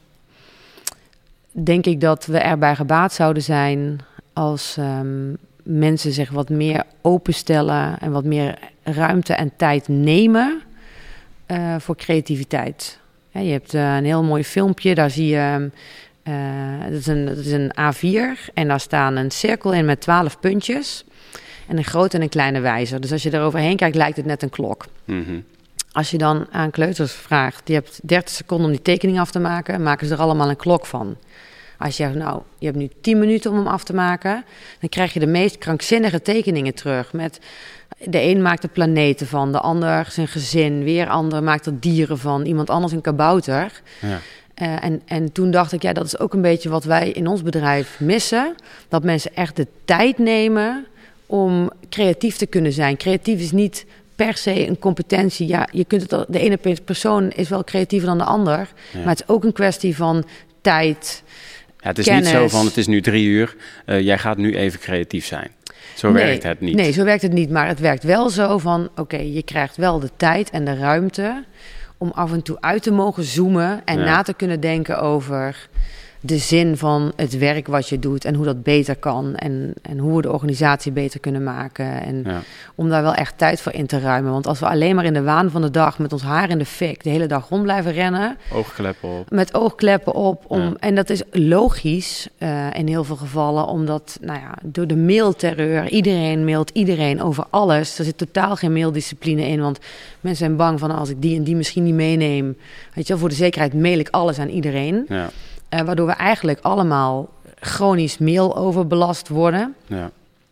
denk ik dat we erbij gebaat zouden zijn als um, mensen zich wat meer openstellen en wat meer ruimte en tijd nemen uh, voor creativiteit. Ja, je hebt uh, een heel mooi filmpje, daar zie je, uh, dat is een, dat is een A vier en daar staan een cirkel in met twaalf puntjes en een grote en een kleine wijzer. Dus als je er overheen kijkt, lijkt het net een klok. Mm-hmm. Als je dan aan kleuters vraagt, je hebt dertig seconden om die tekening af te maken, maken ze er allemaal een klok van. Als je zegt, nou, je hebt nu tien minuten om hem af te maken, dan krijg je de meest krankzinnige tekeningen terug. Met de een maakt er planeten van, de ander zijn gezin, weer ander maakt er dieren van, iemand anders een kabouter. Ja. Uh, en, en toen dacht ik, ja, dat is ook een beetje wat wij in ons bedrijf missen. Dat mensen echt de tijd nemen om creatief te kunnen zijn. Creatief is niet per se een competentie. Ja, je kunt het al, de ene persoon is wel creatiever dan de ander. Ja. Maar het is ook een kwestie van tijd. Ja, het is kennis. Niet zo van, het is nu drie uur, uh, jij gaat nu even creatief zijn. Zo nee, werkt het niet. Nee, zo werkt het niet. Maar het werkt wel zo van, oké, okay, je krijgt wel de tijd en de ruimte om af en toe uit te mogen zoomen en ja. na te kunnen denken over de zin van het werk wat je doet en hoe dat beter kan en, en hoe we de organisatie beter kunnen maken. En ja. om daar wel echt tijd voor in te ruimen. Want als we alleen maar in de waan van de dag met ons haar in de fik de hele dag rond blijven rennen. Oogkleppen op. Met oogkleppen op. Om, ja. En dat is logisch uh, in heel veel gevallen, omdat nou ja, door de mailterreur, iedereen mailt iedereen over alles. Er zit totaal geen maildiscipline in, want mensen zijn bang van als ik die en die misschien niet meeneem. Weet je wel, voor de zekerheid mail ik alles aan iedereen. Ja. Uh, waardoor we eigenlijk allemaal chronisch mail overbelast worden. Ja.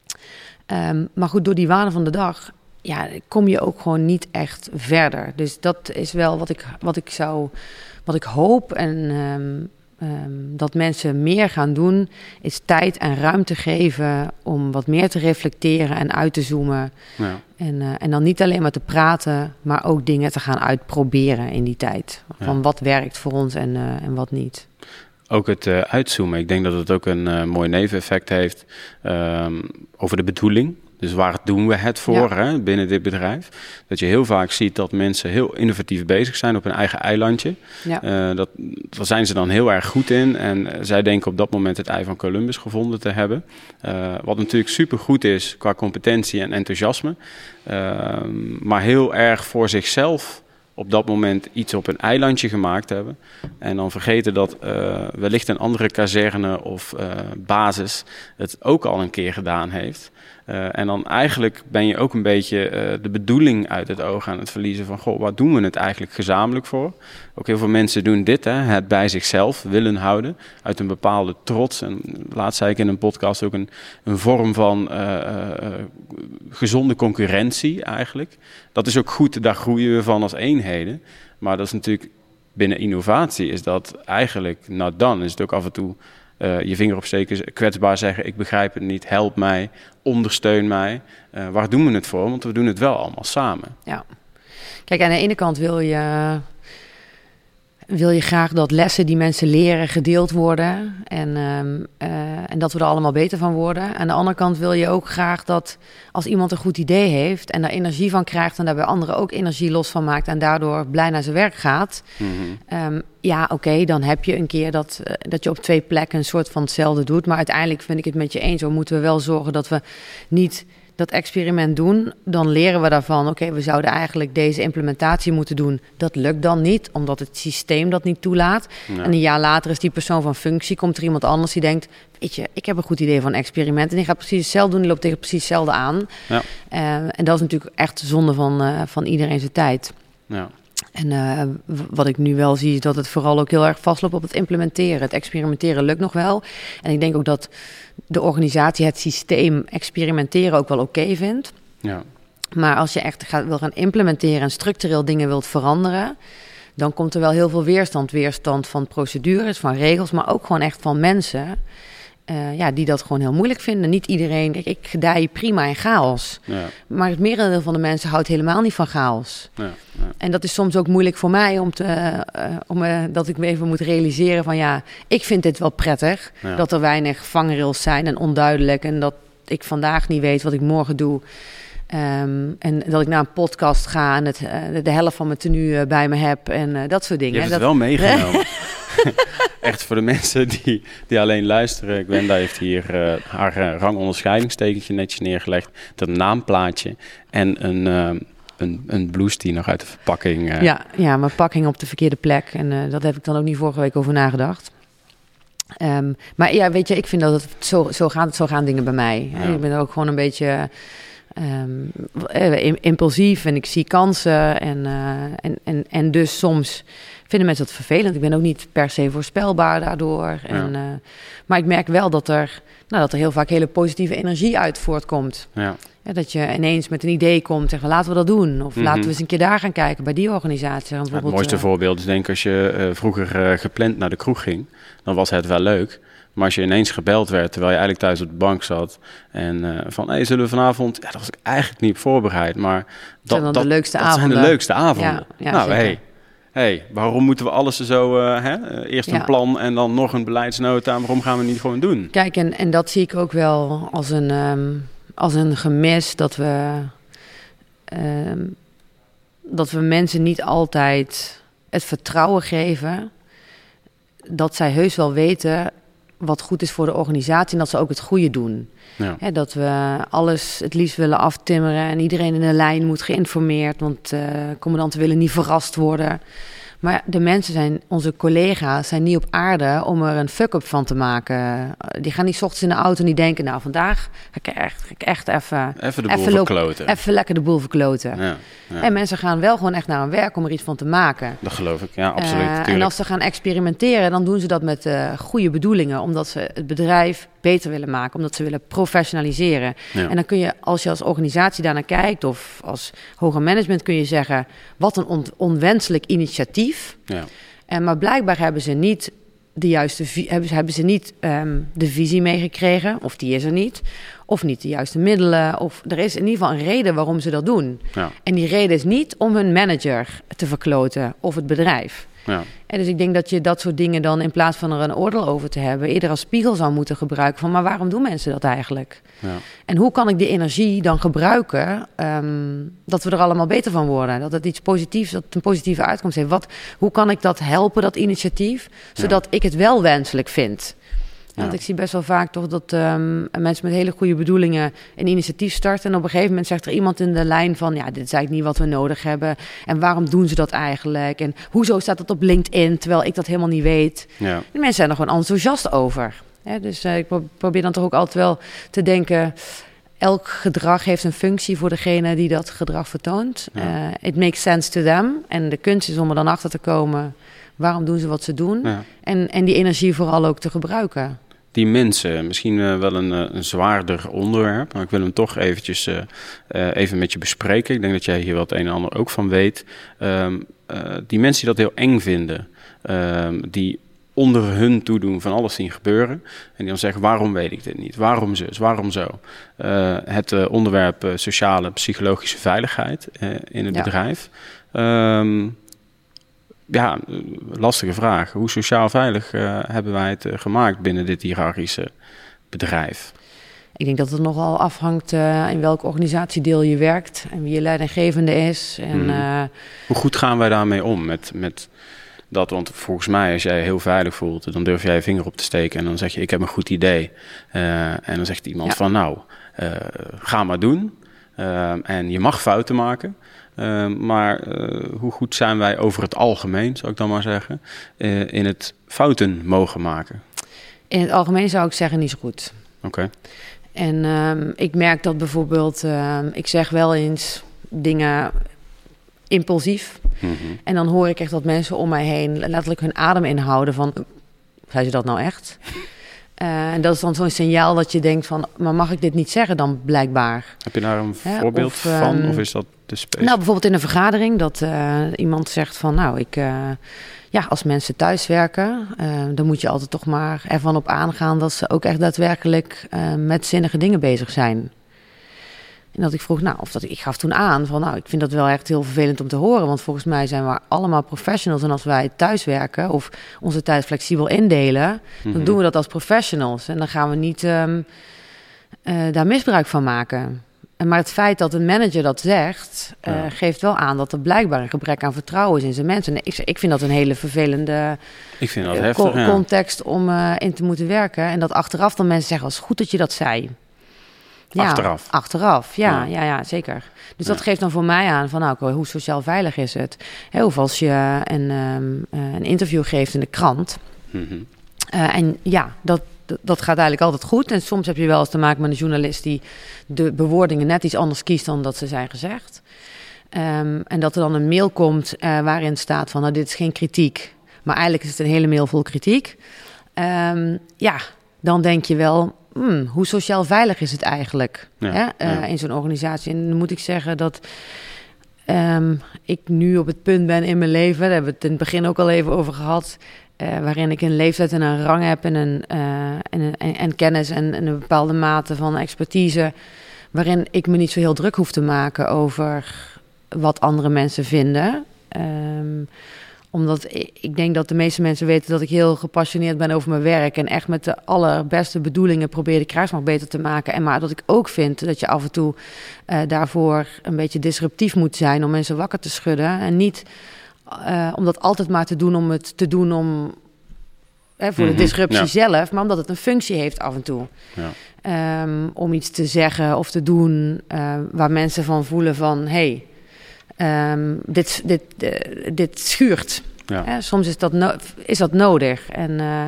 Um, maar goed, door die waan van de dag ja, kom je ook gewoon niet echt verder. Dus dat is wel wat ik, wat ik zou, wat ik hoop en um, um, dat mensen meer gaan doen, is tijd en ruimte geven om wat meer te reflecteren en uit te zoomen. Ja. En, uh, en dan niet alleen maar te praten, maar ook dingen te gaan uitproberen in die tijd. Van ja. wat werkt voor ons en, uh, en wat niet. Ook het uh, uitzoomen. Ik denk dat het ook een uh, mooi neveneffect heeft um, over de bedoeling. Dus waar doen we het voor ja. hè, binnen dit bedrijf? Dat je heel vaak ziet dat mensen heel innovatief bezig zijn op hun eigen eilandje. Ja. Uh, dat, daar zijn ze dan heel erg goed in. En uh, zij denken op dat moment het ei van Columbus gevonden te hebben. Uh, wat natuurlijk super goed is qua competentie en enthousiasme. Uh, maar heel erg voor zichzelf op dat moment iets op een eilandje gemaakt hebben. En dan vergeten dat uh, wellicht een andere kazerne of uh, basis het ook al een keer gedaan heeft. Uh, en dan eigenlijk ben je ook een beetje uh, de bedoeling uit het oog aan het verliezen van, goh, wat doen we het eigenlijk gezamenlijk voor? Ook heel veel mensen doen dit, hè, het bij zichzelf willen houden, uit een bepaalde trots. En laatst zei ik in een podcast ook een, een vorm van uh, uh, gezonde concurrentie eigenlijk. Dat is ook goed, daar groeien we van als eenheden. Maar dat is natuurlijk binnen innovatie is dat eigenlijk, nou dan is het ook af en toe Uh, je vinger opsteken, kwetsbaar zeggen, ik begrijp het niet, help mij, ondersteun mij. Uh, waar doen we het voor? Want we doen het wel allemaal samen. Ja. Kijk, aan de ene kant wil je wil je graag dat lessen die mensen leren gedeeld worden en, um, uh, en dat we er allemaal beter van worden. Aan de andere kant wil je ook graag dat als iemand een goed idee heeft en daar energie van krijgt en daarbij anderen ook energie los van maakt en daardoor blij naar zijn werk gaat. Mm-hmm. Um, ja, oké, okay, dan heb je een keer dat, uh, dat je op twee plekken een soort van hetzelfde doet. Maar uiteindelijk vind ik het met je eens. Zo moeten we wel zorgen dat we niet dat experiment doen, dan leren we daarvan, oké, okay, we zouden eigenlijk deze implementatie moeten doen. Dat lukt dan niet, omdat het systeem dat niet toelaat. Ja. En een jaar later is die persoon van functie, komt er iemand anders die denkt, weet je, ik heb een goed idee van een experiment en die gaat precies hetzelfde doen, die loopt tegen precies hetzelfde aan. Ja. Uh, en dat is natuurlijk echt zonde van, uh, van iedereen zijn tijd. Ja. En uh, wat ik nu wel zie, is dat het vooral ook heel erg vastloopt op het implementeren. Het experimenteren lukt nog wel. En ik denk ook dat de organisatie het systeem experimenteren ook wel oké okay vindt. Ja. Maar als je echt gaat, wil gaan implementeren en structureel dingen wilt veranderen, dan komt er wel heel veel weerstand. Weerstand van procedures, van regels, maar ook gewoon echt van mensen. Uh, ja, die dat gewoon heel moeilijk vinden. Niet iedereen, kijk, ik gedij prima in chaos. Ja. Maar het merendeel van de mensen houdt helemaal niet van chaos. Ja, ja. En dat is soms ook moeilijk voor mij om te, uh, om, uh, dat ik me even moet realiseren van ja, ik vind dit wel prettig. Ja. Dat er weinig vangrails zijn en onduidelijk. En dat ik vandaag niet weet wat ik morgen doe. Um, en dat ik naar een podcast ga en het, uh, de helft van mijn tenue uh, bij me heb en uh, dat soort dingen. Je hebt dat... het wel meegenomen. Echt voor de mensen die, die alleen luisteren. Gwenda heeft hier uh, haar uh, rangonderscheidingstekentje netjes neergelegd. Dat naamplaatje en een, uh, een, een blouse die nog uit de verpakking... Uh... Ja, ja, mijn pakking op de verkeerde plek. En uh, dat heb ik dan ook niet vorige week over nagedacht. Um, maar ja, weet je, ik vind dat het zo, zo, gaan, zo gaan dingen bij mij. Ja. Ik ben ook gewoon een beetje... Um, impulsief en ik zie kansen en, uh, en, en, en dus soms vinden mensen dat vervelend. Ik ben ook niet per se voorspelbaar daardoor. Ja. En, uh, maar ik merk wel dat er, nou, dat er heel vaak hele positieve energie uit voortkomt. Ja. Ja, dat je ineens met een idee komt en zeggen, laten we dat doen. Of mm-hmm. laten we eens een keer daar gaan kijken bij die organisatie. Ja, het mooiste uh, voorbeeld is denk ik als je uh, vroeger uh, gepland naar de kroeg ging, dan was het wel leuk. Maar als je ineens gebeld werd, terwijl je eigenlijk thuis op de bank zat en uh, van, hé, hey, zullen we vanavond... Ja, dat was ik eigenlijk niet voorbereid, maar... Dat, zijn dan dat, de leukste dat avonden. zijn de leukste avonden. Ja, ja, nou, hé, hey, hey, waarom moeten we alles zo... Uh, hè? Eerst een ja. plan en dan nog een beleidsnota. Waarom gaan we niet gewoon doen? Kijk, en, en dat zie ik ook wel als een, um, als een gemis dat we... Um, dat we mensen niet altijd het vertrouwen geven... dat zij heus wel weten... wat goed is voor de organisatie en dat ze ook het goede doen. Ja. He, dat we alles het liefst willen aftimmeren en iedereen in de lijn moet geïnformeerd, want uh, commandanten willen niet verrast worden. Maar de mensen zijn, onze collega's zijn niet op aarde om er een fuck-up van te maken. Die gaan niet 's ochtends in de auto en die denken, nou vandaag ga ik echt, ga ik echt even... Even de boel even verkloten. Even lekker de boel verkloten. Ja, ja. En mensen gaan wel gewoon echt naar hun werk om er iets van te maken. Dat geloof ik, ja, absoluut. Uh, en als ze gaan experimenteren, dan doen ze dat met uh, goede bedoelingen. Omdat ze het bedrijf beter willen maken, omdat ze willen professionaliseren. Ja. En dan kun je, als je als organisatie daarnaar kijkt, of als hoger management kun je zeggen, wat een on- onwenselijk initiatief. Ja. En, maar blijkbaar hebben ze niet de juiste vi- hebben, ze, hebben ze niet um, de visie meegekregen, of die is er niet, of niet de juiste middelen, of er is in ieder geval een reden waarom ze dat doen. Ja. En die reden is niet om hun manager te verkloten of het bedrijf. Ja. En dus ik denk dat je dat soort dingen dan in plaats van er een oordeel over te hebben, eerder als spiegel zou moeten gebruiken van, maar waarom doen mensen dat eigenlijk? Ja. En hoe kan ik die energie dan gebruiken um, dat we er allemaal beter van worden? Dat het iets positiefs, dat het een positieve uitkomst heeft. Wat, hoe kan ik dat helpen, dat initiatief, zodat ja. ik het wel wenselijk vind? Ja. Want ik zie best wel vaak toch dat um, mensen met hele goede bedoelingen een initiatief starten. En op een gegeven moment zegt er iemand in de lijn van, ja, dit is eigenlijk niet wat we nodig hebben. En waarom doen ze dat eigenlijk? En hoezo staat dat op LinkedIn, terwijl ik dat helemaal niet weet? Ja. De mensen zijn er gewoon enthousiast over. Hè? Dus uh, ik probeer dan toch ook altijd wel te denken, elk gedrag heeft een functie voor degene die dat gedrag vertoont. Ja. Uh, it makes sense to them. En de kunst is om er dan achter te komen, waarom doen ze wat ze doen? Ja. En, en die energie vooral ook te gebruiken. Die mensen, misschien uh, wel een, uh, een zwaarder onderwerp, maar ik wil hem toch eventjes uh, uh, even met je bespreken. Ik denk dat jij hier wel het een en ander ook van weet. Um, uh, die mensen die dat heel eng vinden, um, die onder hun toedoen van alles zien gebeuren. En die dan zeggen, waarom weet ik dit niet? Waarom zus? Waarom zo? Uh, het uh, onderwerp uh, sociale, psychologische veiligheid uh, in het ja. bedrijf. Um, ja, lastige vraag. Hoe sociaal veilig uh, hebben wij het uh, gemaakt binnen dit hiërarchische bedrijf? Ik denk dat het nogal afhangt uh, in welke organisatiedeel je werkt en wie je leidinggevende is. En, hmm. uh, Hoe goed gaan wij daarmee om met, met dat? Want volgens mij, als jij je heel veilig voelt, dan durf jij je vinger op te steken en dan zeg je, ik heb een goed idee. Uh, en dan zegt iemand ja. van, nou, uh, ga maar doen. Uh, en je mag fouten maken. Uh, maar uh, hoe goed zijn wij over het algemeen, zou ik dan maar zeggen, uh, in het fouten mogen maken? In het algemeen zou ik zeggen niet zo goed. Oké. Okay. En um, ik merk dat bijvoorbeeld, um, ik zeg wel eens dingen impulsief. Mm-hmm. En dan hoor ik echt dat mensen om mij heen letterlijk hun adem inhouden van, zei ze dat nou echt? Uh, en dat is dan zo'n signaal dat je denkt van, maar mag ik dit niet zeggen dan blijkbaar? Heb je daar een He, voorbeeld of, van? Um, of is dat de space? Nou, bijvoorbeeld in een vergadering dat uh, iemand zegt van, nou, ik... Uh, ja, als mensen thuiswerken, uh, dan moet je altijd toch maar ervan op aangaan dat ze ook echt daadwerkelijk uh, met zinnige dingen bezig zijn. En dat ik vroeg, nou, of dat ik, ik gaf toen aan van, nou, ik vind dat wel echt heel vervelend om te horen, want volgens mij zijn we allemaal professionals en als wij thuiswerken of onze tijd flexibel indelen, mm-hmm. dan doen we dat als professionals en dan gaan we niet um, uh, daar misbruik van maken. Maar het feit dat een manager dat zegt, uh, ja. geeft wel aan dat er blijkbaar een gebrek aan vertrouwen is in zijn mensen. Ik, ik vind dat een hele vervelende ik vind dat heftig, co- ja. context om uh, in te moeten werken. En dat achteraf dan mensen zeggen, het is goed dat je dat zei. Ja, achteraf? Achteraf, ja, ja. ja, ja zeker. Dus ja. dat geeft dan voor mij aan van, nou, hoe sociaal veilig is het? Hè, of als je een, um, uh, een interview geeft in de krant. Mm-hmm. Uh, en ja, dat... Dat gaat eigenlijk altijd goed. En soms heb je wel eens te maken met een journalist die de bewoordingen net iets anders kiest dan dat ze zijn gezegd. Um, en dat er dan een mail komt uh, waarin staat van, nou, dit is geen kritiek. Maar eigenlijk is het een hele mail vol kritiek. Um, ja, dan denk je wel, hmm, hoe sociaal veilig is het eigenlijk ja, hè? Uh, ja. in zo'n organisatie? En dan moet ik zeggen dat um, ik nu op het punt ben in mijn leven, daar hebben we het in het begin ook al even over gehad, Uh, waarin ik een leeftijd en een rang heb en, een, uh, en, een, en, en kennis en, en een bepaalde mate van expertise, waarin ik me niet zo heel druk hoef te maken over wat andere mensen vinden. Um, omdat ik, ik denk dat de meeste mensen weten dat ik heel gepassioneerd ben over mijn werk en echt met de allerbeste bedoelingen probeer de kruismacht beter te maken. En maar dat ik ook vind dat je af en toe uh, daarvoor een beetje disruptief moet zijn om mensen wakker te schudden en niet... Uh, om dat altijd maar te doen om het te doen om hè, voor mm-hmm. de disruptie ja. zelf, maar omdat het een functie heeft af en toe. Ja. Um, om iets te zeggen of te doen uh, waar mensen van voelen van, hé, hey, um, dit, dit, uh, dit schuurt. Ja. Hè, soms is dat, no- is dat nodig. En, uh,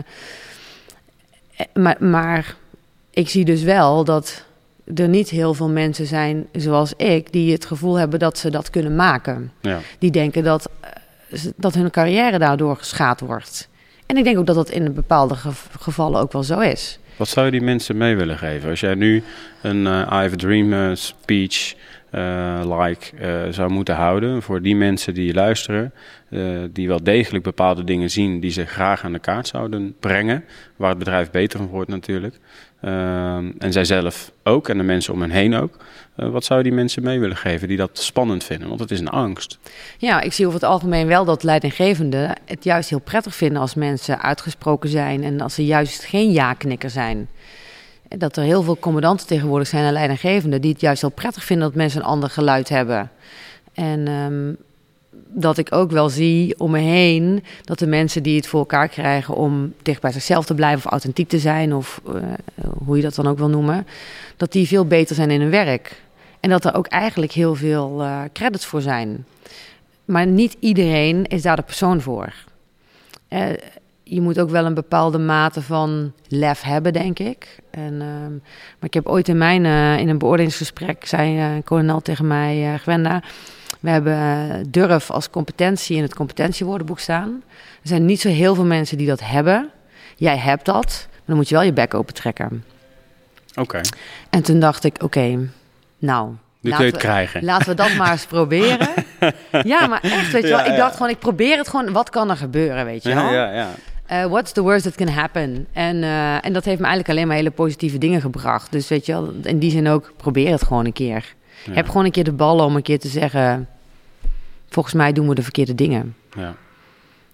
maar, maar ik zie dus wel dat er niet heel veel mensen zijn zoals ik die het gevoel hebben dat ze dat kunnen maken. Ja. Die denken dat dat hun carrière daardoor geschaad wordt. En ik denk ook dat dat in bepaalde gev- gevallen ook wel zo is. Wat zou je die mensen mee willen geven? Als jij nu een uh, I Have a Dream uh, speech uh, like uh, zou moeten houden voor die mensen die luisteren, uh, die wel degelijk bepaalde dingen zien die ze graag aan de kaart zouden brengen, waar het bedrijf beter van wordt natuurlijk. Uh, en zij zelf ook en de mensen om hen heen ook. Uh, wat zou je die mensen mee willen geven die dat spannend vinden? Want het is een angst. Ja, ik zie over het algemeen wel dat leidinggevenden het juist heel prettig vinden als mensen uitgesproken zijn en als ze juist geen ja-knikker zijn. Dat er heel veel commandanten tegenwoordig zijn en leidinggevenden die het juist heel prettig vinden dat mensen een ander geluid hebben. En um, dat ik ook wel zie om me heen dat de mensen die het voor elkaar krijgen om dicht bij zichzelf te blijven of authentiek te zijn of uh, hoe je dat dan ook wil noemen, dat die veel beter zijn in hun werk. En dat er ook eigenlijk heel veel uh, credits voor zijn. Maar niet iedereen is daar de persoon voor. Uh, je moet ook wel een bepaalde mate van lef hebben, denk ik. En, uh, maar ik heb ooit in mijn uh, in een beoordelingsgesprek zei uh, een kolonel tegen mij, uh, Gwenda, we hebben uh, durf als competentie in het competentiewoordenboek staan. Er zijn niet zo heel veel mensen die dat hebben. Jij hebt dat, maar dan moet je wel je bek open trekken. Oké. Okay. En toen dacht ik, oké, okay, nou, nu kun je het krijgen. Laten we dat maar eens proberen. Ja, maar echt, weet je ja, wel. Ik ja. dacht gewoon, ik probeer het gewoon. Wat kan er gebeuren, weet je wel? Ja, ja, ja. Uh, what's the worst that can happen? En, uh, en dat heeft me eigenlijk alleen maar hele positieve dingen gebracht. Dus weet je wel, in die zin ook, probeer het gewoon een keer. Ja. Heb gewoon een keer de ballen om een keer te zeggen, volgens mij doen we de verkeerde dingen. Ja.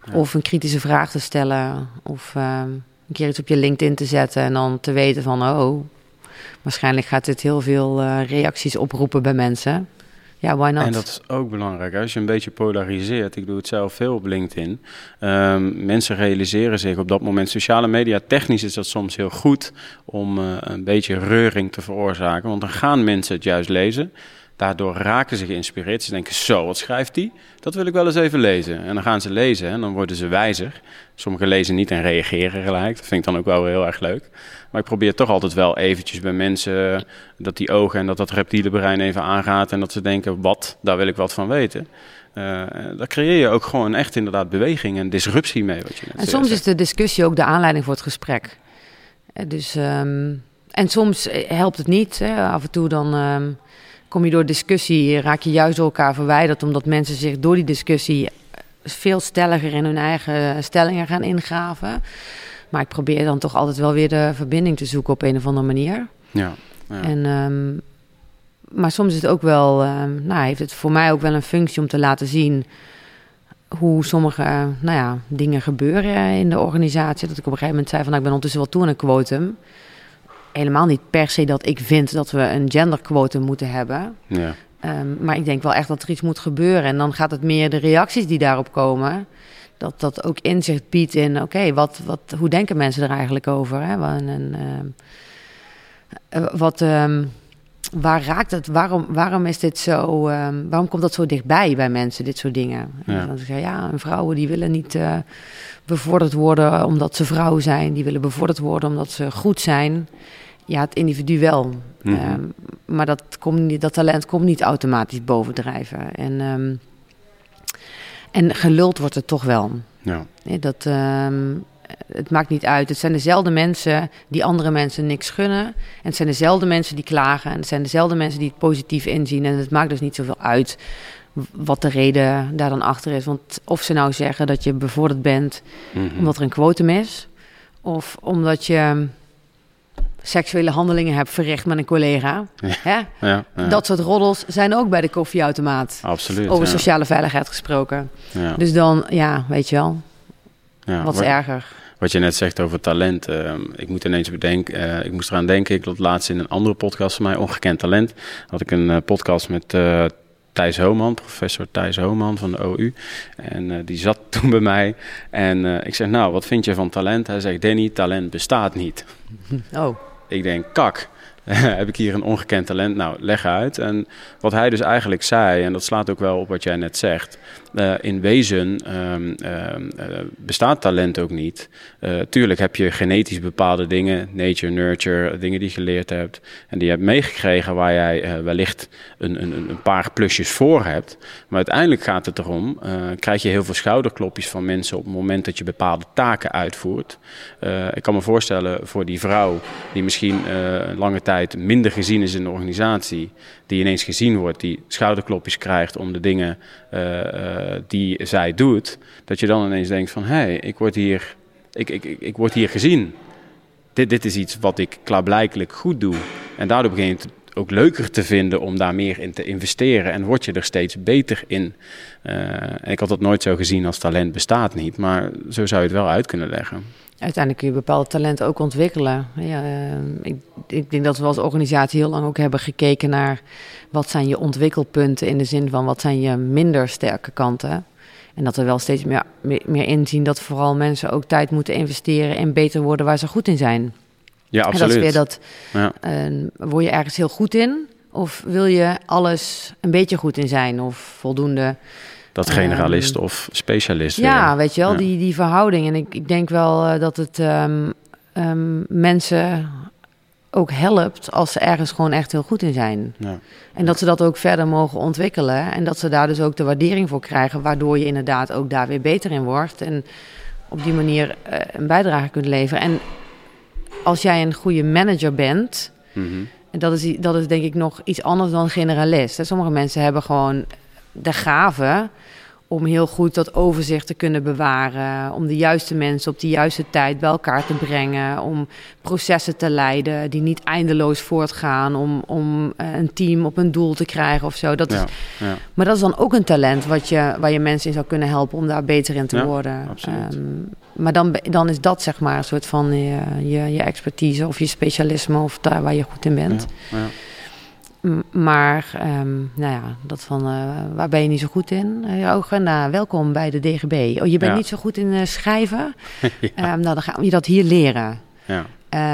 Ja. Of een kritische vraag te stellen. Of uh, een keer iets op je LinkedIn te zetten en dan te weten van... oh, waarschijnlijk gaat dit heel veel uh, reacties oproepen bij mensen. Ja, why not? En dat is ook belangrijk. Hè? Als je een beetje polariseert, ik doe het zelf veel op LinkedIn. Um, mensen realiseren zich op dat moment, sociale media, technisch is dat soms heel goed om uh, een beetje reuring te veroorzaken. Want dan gaan mensen het juist lezen. Daardoor raken ze geïnspireerd. Ze denken, zo, wat schrijft die? Dat wil ik wel eens even lezen. En dan gaan ze lezen en dan worden ze wijzer. Sommigen lezen niet en reageren gelijk. Dat vind ik dan ook wel heel erg leuk. Maar ik probeer toch altijd wel eventjes bij mensen... dat die ogen en dat dat reptiele brein even aangaat... en dat ze denken, wat? Daar wil ik wat van weten. Uh, daar creëer je ook gewoon echt inderdaad beweging en disruptie mee. Wat je net en soms zegt. Is de discussie ook de aanleiding voor het gesprek. Dus, um, en soms helpt het niet. Hè? Af en toe dan... Um, kom je door discussie, raak je juist door elkaar verwijderd... omdat mensen zich door die discussie veel stelliger in hun eigen stellingen gaan ingraven. Maar ik probeer dan toch altijd wel weer de verbinding te zoeken op een of andere manier. Ja, ja. En, um, maar soms is het ook wel, um, nou, heeft het voor mij ook wel een functie om te laten zien... hoe sommige uh, nou ja, dingen gebeuren in de organisatie. Dat ik op een gegeven moment zei van, nou, ik ben ondertussen wel toe aan een quotum... Helemaal niet per se dat ik vind dat we een genderquotum moeten hebben. Ja. Um, maar ik denk wel echt dat er iets moet gebeuren. En dan gaat het meer de reacties die daarop komen... dat dat ook inzicht biedt in... oké, okay, wat, wat, hoe denken mensen er eigenlijk over? Hè? En, en, uh, wat, um, waar raakt het? Waarom, waarom is dit zo... Um, waarom komt dat zo dichtbij bij mensen, dit soort dingen? Ja. En dan zeg je, ja, en vrouwen die willen niet... Uh, bevorderd worden omdat ze vrouw zijn. Die willen bevorderd worden omdat ze goed zijn. Ja, het individu wel. Mm-hmm. Um, maar dat, komt niet, dat talent komt niet automatisch bovendrijven. En, um, en geluld wordt het toch wel. Ja. Nee, dat, um, het maakt niet uit. Het zijn dezelfde mensen die andere mensen niks gunnen. En het zijn dezelfde mensen die klagen. En het zijn dezelfde mensen die het positief inzien. En het maakt dus niet zoveel uit... wat de reden daar dan achter is. Want of ze nou zeggen dat je bevorderd bent... Mm-hmm. omdat er een quotum is... of omdat je seksuele handelingen hebt verricht met een collega. Ja. Hè? Ja, ja. Dat soort roddels zijn ook bij de koffieautomaat. Absoluut. Over ja. sociale veiligheid gesproken. Ja. Dus dan, ja, weet je wel. Ja, wat is wat, erger? Wat je net zegt over talent. Uh, ik moet ineens bedenken... Uh, ik moest eraan denken... Ik had laatst in een andere podcast van mij... Ongekend Talent... had ik een uh, podcast met... Uh, Thijs Homan, professor Thijs Homan van de O U. En uh, die zat toen bij mij. En uh, ik zeg, nou, wat vind je van talent? Hij zegt, Danny, talent bestaat niet. Oh. Ik denk, kak. Heb ik hier een ongekend talent? Nou, leg uit. En wat hij dus eigenlijk zei, en dat slaat ook wel op wat jij net zegt... Uh, in wezen um, uh, uh, bestaat talent ook niet. Uh, tuurlijk heb je genetisch bepaalde dingen, nature, nurture, dingen die je geleerd hebt... en die je hebt meegekregen waar jij uh, wellicht een, een, een paar plusjes voor hebt. Maar uiteindelijk gaat het erom, uh, krijg je heel veel schouderklopjes van mensen... op het moment dat je bepaalde taken uitvoert. Uh, ik kan me voorstellen voor die vrouw die misschien uh, een lange tijd minder gezien is in de organisatie... die ineens gezien wordt, die schouderklopjes krijgt om de dingen... Uh, uh, die zij doet, dat je dan ineens denkt van... hé, hey, ik, word hier, ik, ik, ik, ik word hier gezien. Dit, dit is iets wat ik klaarblijkelijk goed doe. En daardoor begin je het ook leuker te vinden om daar meer in te investeren. En word je er steeds beter in. Uh, en ik had dat nooit zo gezien als talent bestaat niet. Maar zo zou je het wel uit kunnen leggen. Uiteindelijk kun je bepaalde talenten ook ontwikkelen. Ja, uh, ik, ik denk dat we als organisatie heel lang ook hebben gekeken naar... wat zijn je ontwikkelpunten in de zin van wat zijn je minder sterke kanten. En dat we wel steeds meer, meer, meer inzien dat vooral mensen ook tijd moeten investeren... en beter worden waar ze goed in zijn. Ja, absoluut. En dat is weer dat, ja. uh, word je ergens heel goed in? Of wil je alles een beetje goed in zijn of voldoende... Dat generalist um, of specialist. Ja, weer. weet je wel, ja. die, die verhouding. En ik, ik denk wel uh, dat het um, um, mensen ook helpt als ze ergens gewoon echt heel goed in zijn. Ja. En dat ze dat ook verder mogen ontwikkelen. En dat ze daar dus ook de waardering voor krijgen, waardoor je inderdaad ook daar weer beter in wordt. En op die manier uh, een bijdrage kunt leveren. En als jij een goede manager bent, mm-hmm. dat is, dat is denk ik nog iets anders dan generalist. Sommige mensen hebben gewoon de gave om heel goed dat overzicht te kunnen bewaren, om de juiste mensen op de juiste tijd bij elkaar te brengen, om processen te leiden die niet eindeloos voortgaan, om, om een team op een doel te krijgen of zo. Dat ja, is, ja. Maar dat is dan ook een talent wat je, waar je mensen in zou kunnen helpen om daar beter in te ja, worden. Absoluut. Um, maar dan, dan is dat zeg maar een soort van je, je, je expertise of je specialisme of daar waar je goed in bent. Ja, ja. Maar, um, nou ja, dat van, uh, waar ben je niet zo goed in? Uh, oh, nou, welkom bij de D G B. Oh, je bent ja. niet zo goed in uh, schrijven? ja. um, nou, dan gaan we je dat hier leren. Ja.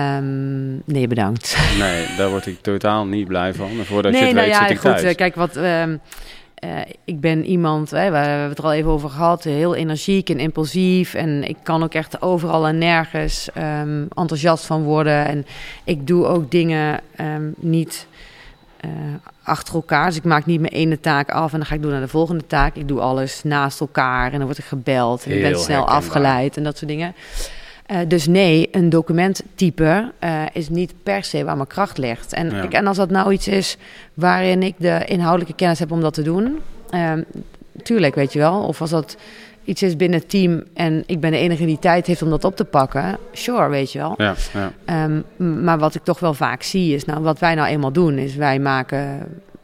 Um, nee, bedankt. Nee, daar word ik totaal niet blij van. En voordat nee, je het nou weet, ja, zit ik goed, thuis. Uh, kijk, wat... Um, uh, ik ben iemand, hè, we hebben het er al even over gehad, heel energiek en impulsief. En ik kan ook echt overal en nergens um, enthousiast van worden. En ik doe ook dingen um, niet... Uh, achter elkaar. Dus ik maak niet mijn ene taak af en dan ga ik door naar de volgende taak. Ik doe alles naast elkaar en dan word ik gebeld en ik ben snel afgeleid en dat soort dingen. Uh, dus nee, een document typen uh, is niet per se waar mijn kracht ligt. En, ja. ik, en als dat nou iets is waarin ik de inhoudelijke kennis heb om dat te doen, uh, tuurlijk, weet je wel. Of als dat iets is binnen het team en ik ben de enige die tijd heeft om dat op te pakken, sure, weet je wel. Ja, ja. Um, maar wat ik toch wel vaak zie is, nou, wat wij nou eenmaal doen, is wij maken,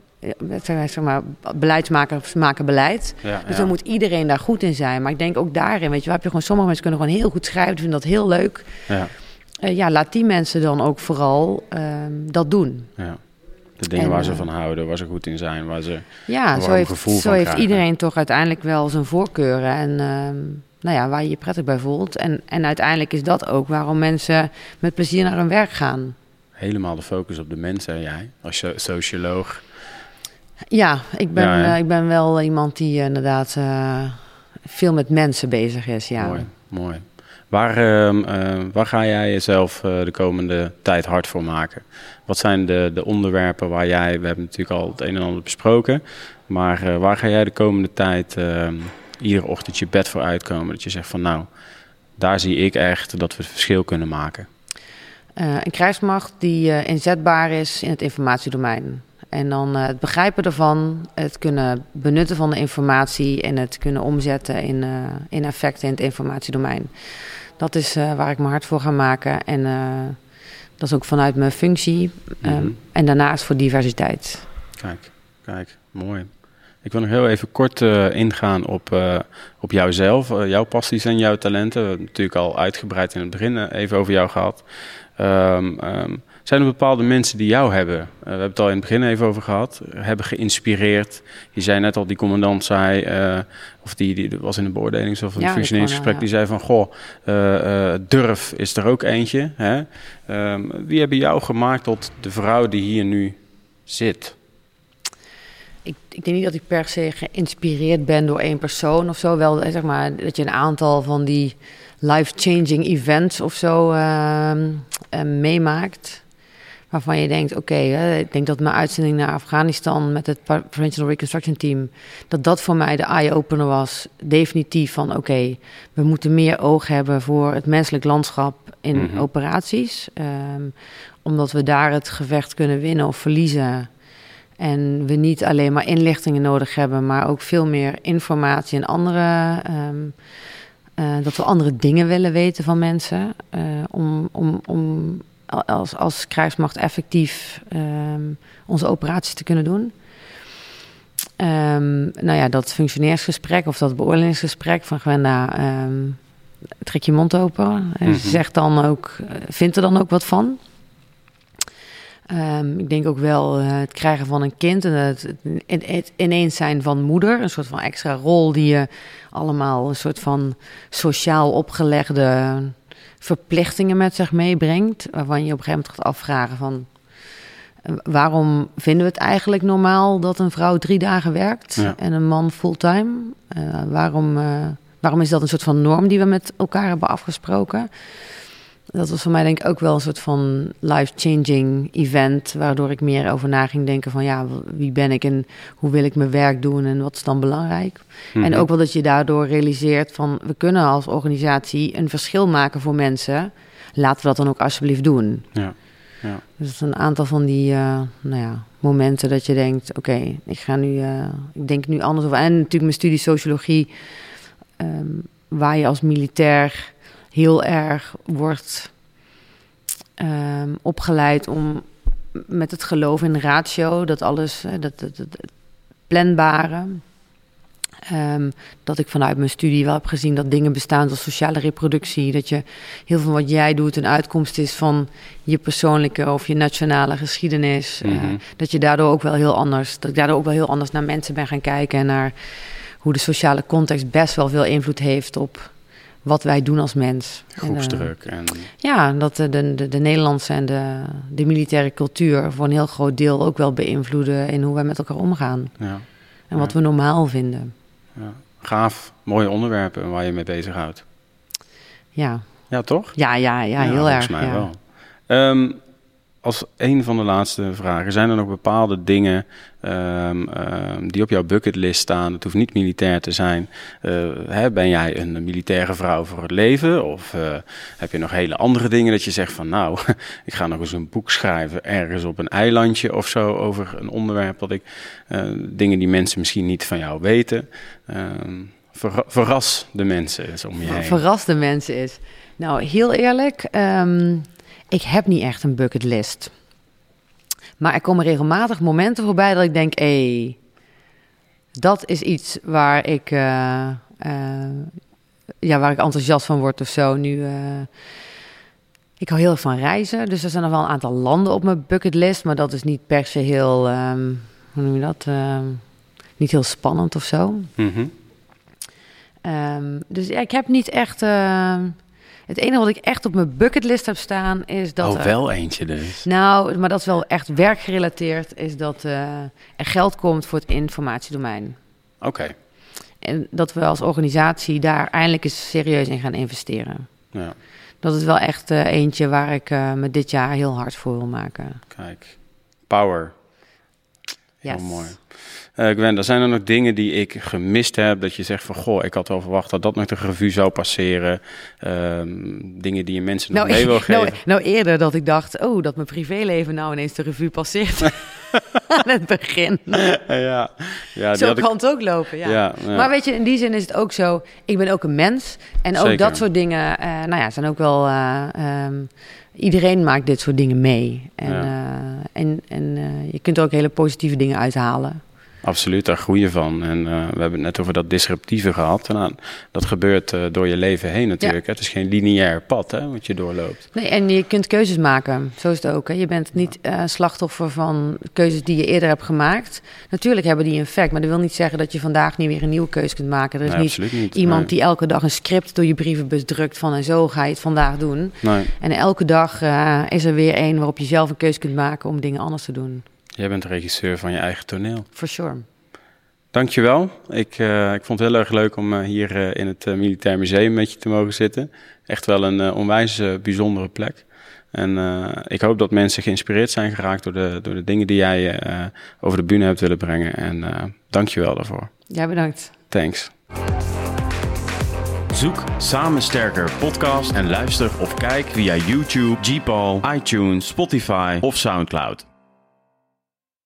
zeg maar, beleidsmakers maken beleid. Ja, dus ja. dan moet iedereen daar goed in zijn. Maar ik denk ook daarin, weet je, heb je gewoon sommige mensen kunnen gewoon heel goed schrijven, die vinden dat heel leuk. Ja, uh, ja laat die mensen dan ook vooral um, dat doen. Ja. De dingen en, waar ze uh, van houden, waar ze goed in zijn, waar ze ja, zo heeft, gevoel zo van heeft krijgen. iedereen toch uiteindelijk wel zijn voorkeuren en um, nou ja, waar je je prettig bij voelt. En, en uiteindelijk is dat ook waarom mensen met plezier naar hun werk gaan. Helemaal de focus op de mensen, jij, als socioloog. Ja, ik ben, ja, uh, ik ben wel iemand die uh, inderdaad uh, veel met mensen bezig is. Ja. Mooi, mooi. Waar, uh, uh, waar ga jij jezelf uh, de komende tijd hard voor maken? Wat zijn de, de onderwerpen waar jij... We hebben natuurlijk al het een en ander besproken. Maar uh, waar ga jij de komende tijd uh, iedere ochtend je bed voor uitkomen? Dat je zegt van nou, daar zie ik echt dat we het verschil kunnen maken. Uh, een krijgsmacht die uh, inzetbaar is in het informatiedomein. En dan uh, het begrijpen ervan, het kunnen benutten van de informatie en het kunnen omzetten in, uh, in effecten in het informatiedomein. Dat is uh, waar ik me hard voor ga maken. En uh, dat is ook vanuit mijn functie. Um, mm-hmm. En daarnaast voor diversiteit. Kijk, kijk, mooi. Ik wil nog heel even kort uh, ingaan op, uh, op jouzelf, uh, jouw passies en jouw talenten. We hebben natuurlijk al uitgebreid in het begin uh, even over jou gehad. Um, um, zijn er bepaalde mensen die jou hebben, uh, we hebben het al in het begin even over gehad, hebben geïnspireerd? Je zei net al, die commandant zei, uh, of die, die was in een beoordelings- of een ja, functioneringsgesprek, ja. Die zei van, goh, uh, uh, durf is er ook eentje. Hè? Um, wie hebben jou gemaakt tot de vrouw die hier nu zit? Ik, ik denk niet dat ik per se geïnspireerd ben door één persoon of zo. Wel, zeg maar, dat je een aantal van die life-changing events of zo uh, uh, meemaakt. Waarvan je denkt, oké, okay, ik denk dat mijn uitzending naar Afghanistan met het Prevention Reconstruction Team, dat dat voor mij de eye-opener was. Definitief van, oké, okay, we moeten meer oog hebben voor het menselijk landschap in mm-hmm. operaties. Um, omdat we daar het gevecht kunnen winnen of verliezen. En we niet alleen maar inlichtingen nodig hebben, maar ook veel meer informatie en andere... Um, uh, dat we andere dingen willen weten van mensen. Uh, om, om, om als, als krijgsmacht effectief um, onze operaties te kunnen doen. Um, nou ja, dat functioneersgesprek of dat beoordelingsgesprek van Gwenda... Um, trek je mond open. Mm-hmm. Zeg dan ook, vind er dan ook wat van. Um, ik denk ook wel uh, het krijgen van een kind en het, het, het ineens zijn van moeder. Een soort van extra rol die je allemaal een soort van sociaal opgelegde verplichtingen met zich meebrengt. Waarvan je op een gegeven moment gaat afvragen van, uh, waarom vinden we het eigenlijk normaal dat een vrouw drie dagen werkt ja. en een man fulltime? Uh, waarom, uh, waarom is dat een soort van norm die we met elkaar hebben afgesproken? Dat was voor mij denk ik ook wel een soort van life-changing event, waardoor ik meer over na ging denken van ja, wie ben ik en hoe wil ik mijn werk doen en wat is dan belangrijk? Mm-hmm. En ook wel dat je daardoor realiseert van we kunnen als organisatie een verschil maken voor mensen. Laten we dat dan ook alsjeblieft doen. Ja, Ja. Dus het is een aantal van die uh, nou ja, momenten dat je denkt... oké, okay, ik ga nu, uh, ik denk nu anders over. En natuurlijk mijn studie sociologie... Um, waar je als militair heel erg wordt um, opgeleid om met het geloof in ratio, dat alles, hè, dat, dat, dat planbare, um, dat ik vanuit mijn studie wel heb gezien dat dingen bestaan zoals sociale reproductie, dat je heel veel wat jij doet een uitkomst is van je persoonlijke of je nationale geschiedenis, mm-hmm. uh, dat je daardoor ook wel heel anders, dat ik daardoor ook wel heel anders naar mensen ben gaan kijken en naar hoe de sociale context best wel veel invloed heeft op wat wij doen als mens. Groepsdruk. En, uh, en... Ja, dat de, de, de Nederlandse en de, de militaire cultuur voor een heel groot deel ook wel beïnvloeden in hoe wij met elkaar omgaan. Ja. En wat ja. we normaal vinden. Ja. Gaaf, mooie onderwerpen waar je mee bezighoudt. Ja. Ja, toch? Ja, ja, ja, ja heel erg. Volgens mij ja. wel. Um, Als een van de laatste vragen, zijn er nog bepaalde dingen um, um, die op jouw bucketlist staan? Het hoeft niet militair te zijn. Uh, hè, ben jij een militaire vrouw voor het leven? Of uh, heb je nog hele andere dingen dat je zegt van... nou, ik ga nog eens een boek schrijven ergens op een eilandje of zo... over een onderwerp dat ik... Uh, dingen die mensen misschien niet van jou weten. Uh, ver, verras de mensen is om je heen. Verras de mensen is... Nou, heel eerlijk... Um... Ik heb niet echt een bucketlist. Maar er komen regelmatig momenten voorbij dat ik denk... hé, hey, dat is iets waar ik, uh, uh, ja, waar ik enthousiast van word of zo. Nu, uh, ik hou heel erg van reizen. Dus er zijn nog wel een aantal landen op mijn bucketlist. Maar dat is niet per se heel... Um, hoe noem je dat? Uh, niet heel spannend of zo. Mm-hmm. Um, dus ja, ik heb niet echt... Uh, Het enige wat ik echt op mijn bucketlist heb staan is dat... Oh, wel eentje dus. Nou, maar dat is wel echt werkgerelateerd, is dat uh, er geld komt voor het informatiedomein. Oké. Okay. En dat we als organisatie daar eindelijk eens serieus in gaan investeren. Ja. Dat is wel echt uh, eentje waar ik uh, me dit jaar heel hard voor wil maken. Kijk, power. Heel yes. mooi. Uh, Gwen, er zijn er nog dingen die ik gemist heb, dat je zegt van, goh, ik had wel verwacht dat dat nog de revue zou passeren. Um, dingen die je mensen nog nou, mee wil geven. Nou, nou eerder dat ik dacht, oh, dat mijn privéleven nou ineens de revue passeert aan het begin. ja, ja, zo kan ik... het ook lopen, ja. Ja, ja. Maar weet je, in die zin is het ook zo, ik ben ook een mens. En ook Zeker. dat soort dingen, uh, nou ja, zijn ook wel... Uh, um, Iedereen maakt dit soort dingen mee. En, ja. uh, en, en uh, je kunt er ook hele positieve dingen uithalen. Absoluut, daar groei je van. En uh, we hebben het net over dat disruptieve gehad. En, uh, dat gebeurt uh, door je leven heen natuurlijk. Ja. Het is geen lineair pad, hè, wat je doorloopt. Nee, en je kunt keuzes maken. Zo is het ook. Hè. Je bent niet uh, slachtoffer van keuzes die je eerder hebt gemaakt. Natuurlijk hebben die effect. Maar dat wil niet zeggen dat je vandaag niet weer een nieuwe keuze kunt maken. Er is nee, niet, niet iemand nee. die elke dag een script door je brievenbus drukt van... en zo ga je het vandaag doen. Nee. En elke dag uh, is er weer één waarop je zelf een keuze kunt maken om dingen anders te doen. Jij bent de regisseur van je eigen toneel. For sure. Dankjewel. Ik, uh, ik vond het heel erg leuk om uh, hier uh, in het uh, Militair Museum met je te mogen zitten. Echt wel een uh, onwijs uh, bijzondere plek. En uh, ik hoop dat mensen geïnspireerd zijn geraakt door de, door de dingen die jij uh, over de bühne hebt willen brengen. En uh, dankjewel daarvoor. Ja, bedankt. Thanks. Zoek Samen Sterker podcast en luister of kijk via YouTube, Gpal, iTunes, Spotify of Soundcloud.